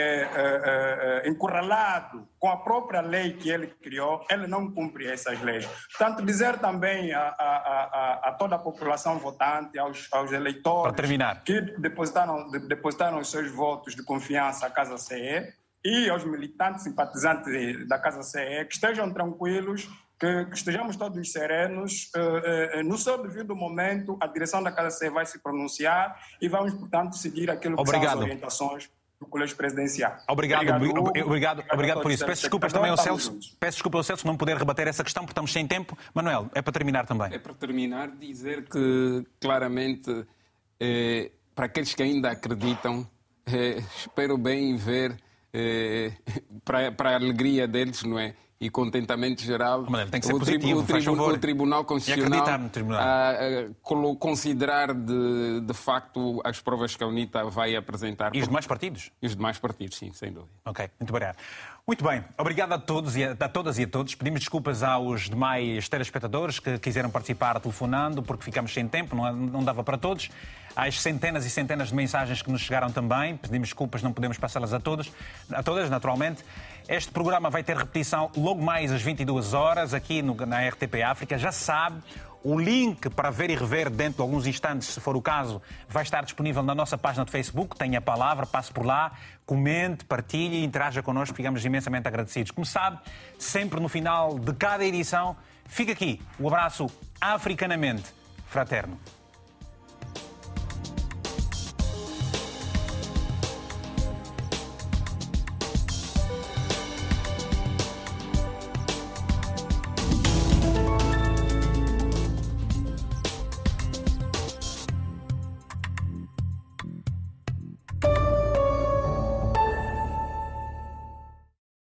E: encurralado com a própria lei que ele criou, ele não cumpre essas leis. Portanto, dizer também a toda a população votante, aos eleitores que depositaram os seus votos de confiança à Casa CE, e aos militantes simpatizantes da Casa CE, que estejam tranquilos, que estejamos todos serenos. No seu devido momento, a direção da Casa CE vai se pronunciar e vamos, portanto, seguir aquilo que são as orientações do Colégio Presidencial.
A: Obrigado por isso. Peço desculpas também ao Celso. Peço desculpa ao Celso não poder rebater essa questão, porque estamos sem tempo. Manuel, é para terminar também.
F: É para terminar, dizer que, claramente, para aqueles que ainda acreditam, espero bem ver, para a alegria deles, não é? E contentamento geral,
A: tem que ser positivo,
F: o Tribunal Constitucional considerar de facto as provas que a UNITA vai apresentar.
A: E os demais partidos?
F: E os demais partidos, sim, sem dúvida.
A: Ok, muito obrigado. Muito bem, obrigado a todos e a todas e a todos. Pedimos desculpas aos demais telespectadores que quiseram participar telefonando, porque ficamos sem tempo, não dava para todos. Às centenas e centenas de mensagens que nos chegaram também, pedimos desculpas, não podemos passá-las a todas, naturalmente. Este programa vai ter repetição logo mais às 22 horas, aqui na RTP África. Já sabe, o link para ver e rever dentro de alguns instantes, se for o caso, vai estar disponível na nossa página de Facebook. Tenha a palavra, passe por lá, comente, partilhe e interaja connosco. Ficamos imensamente agradecidos. Como sabe, sempre no final de cada edição, fica aqui o abraço africanamente fraterno.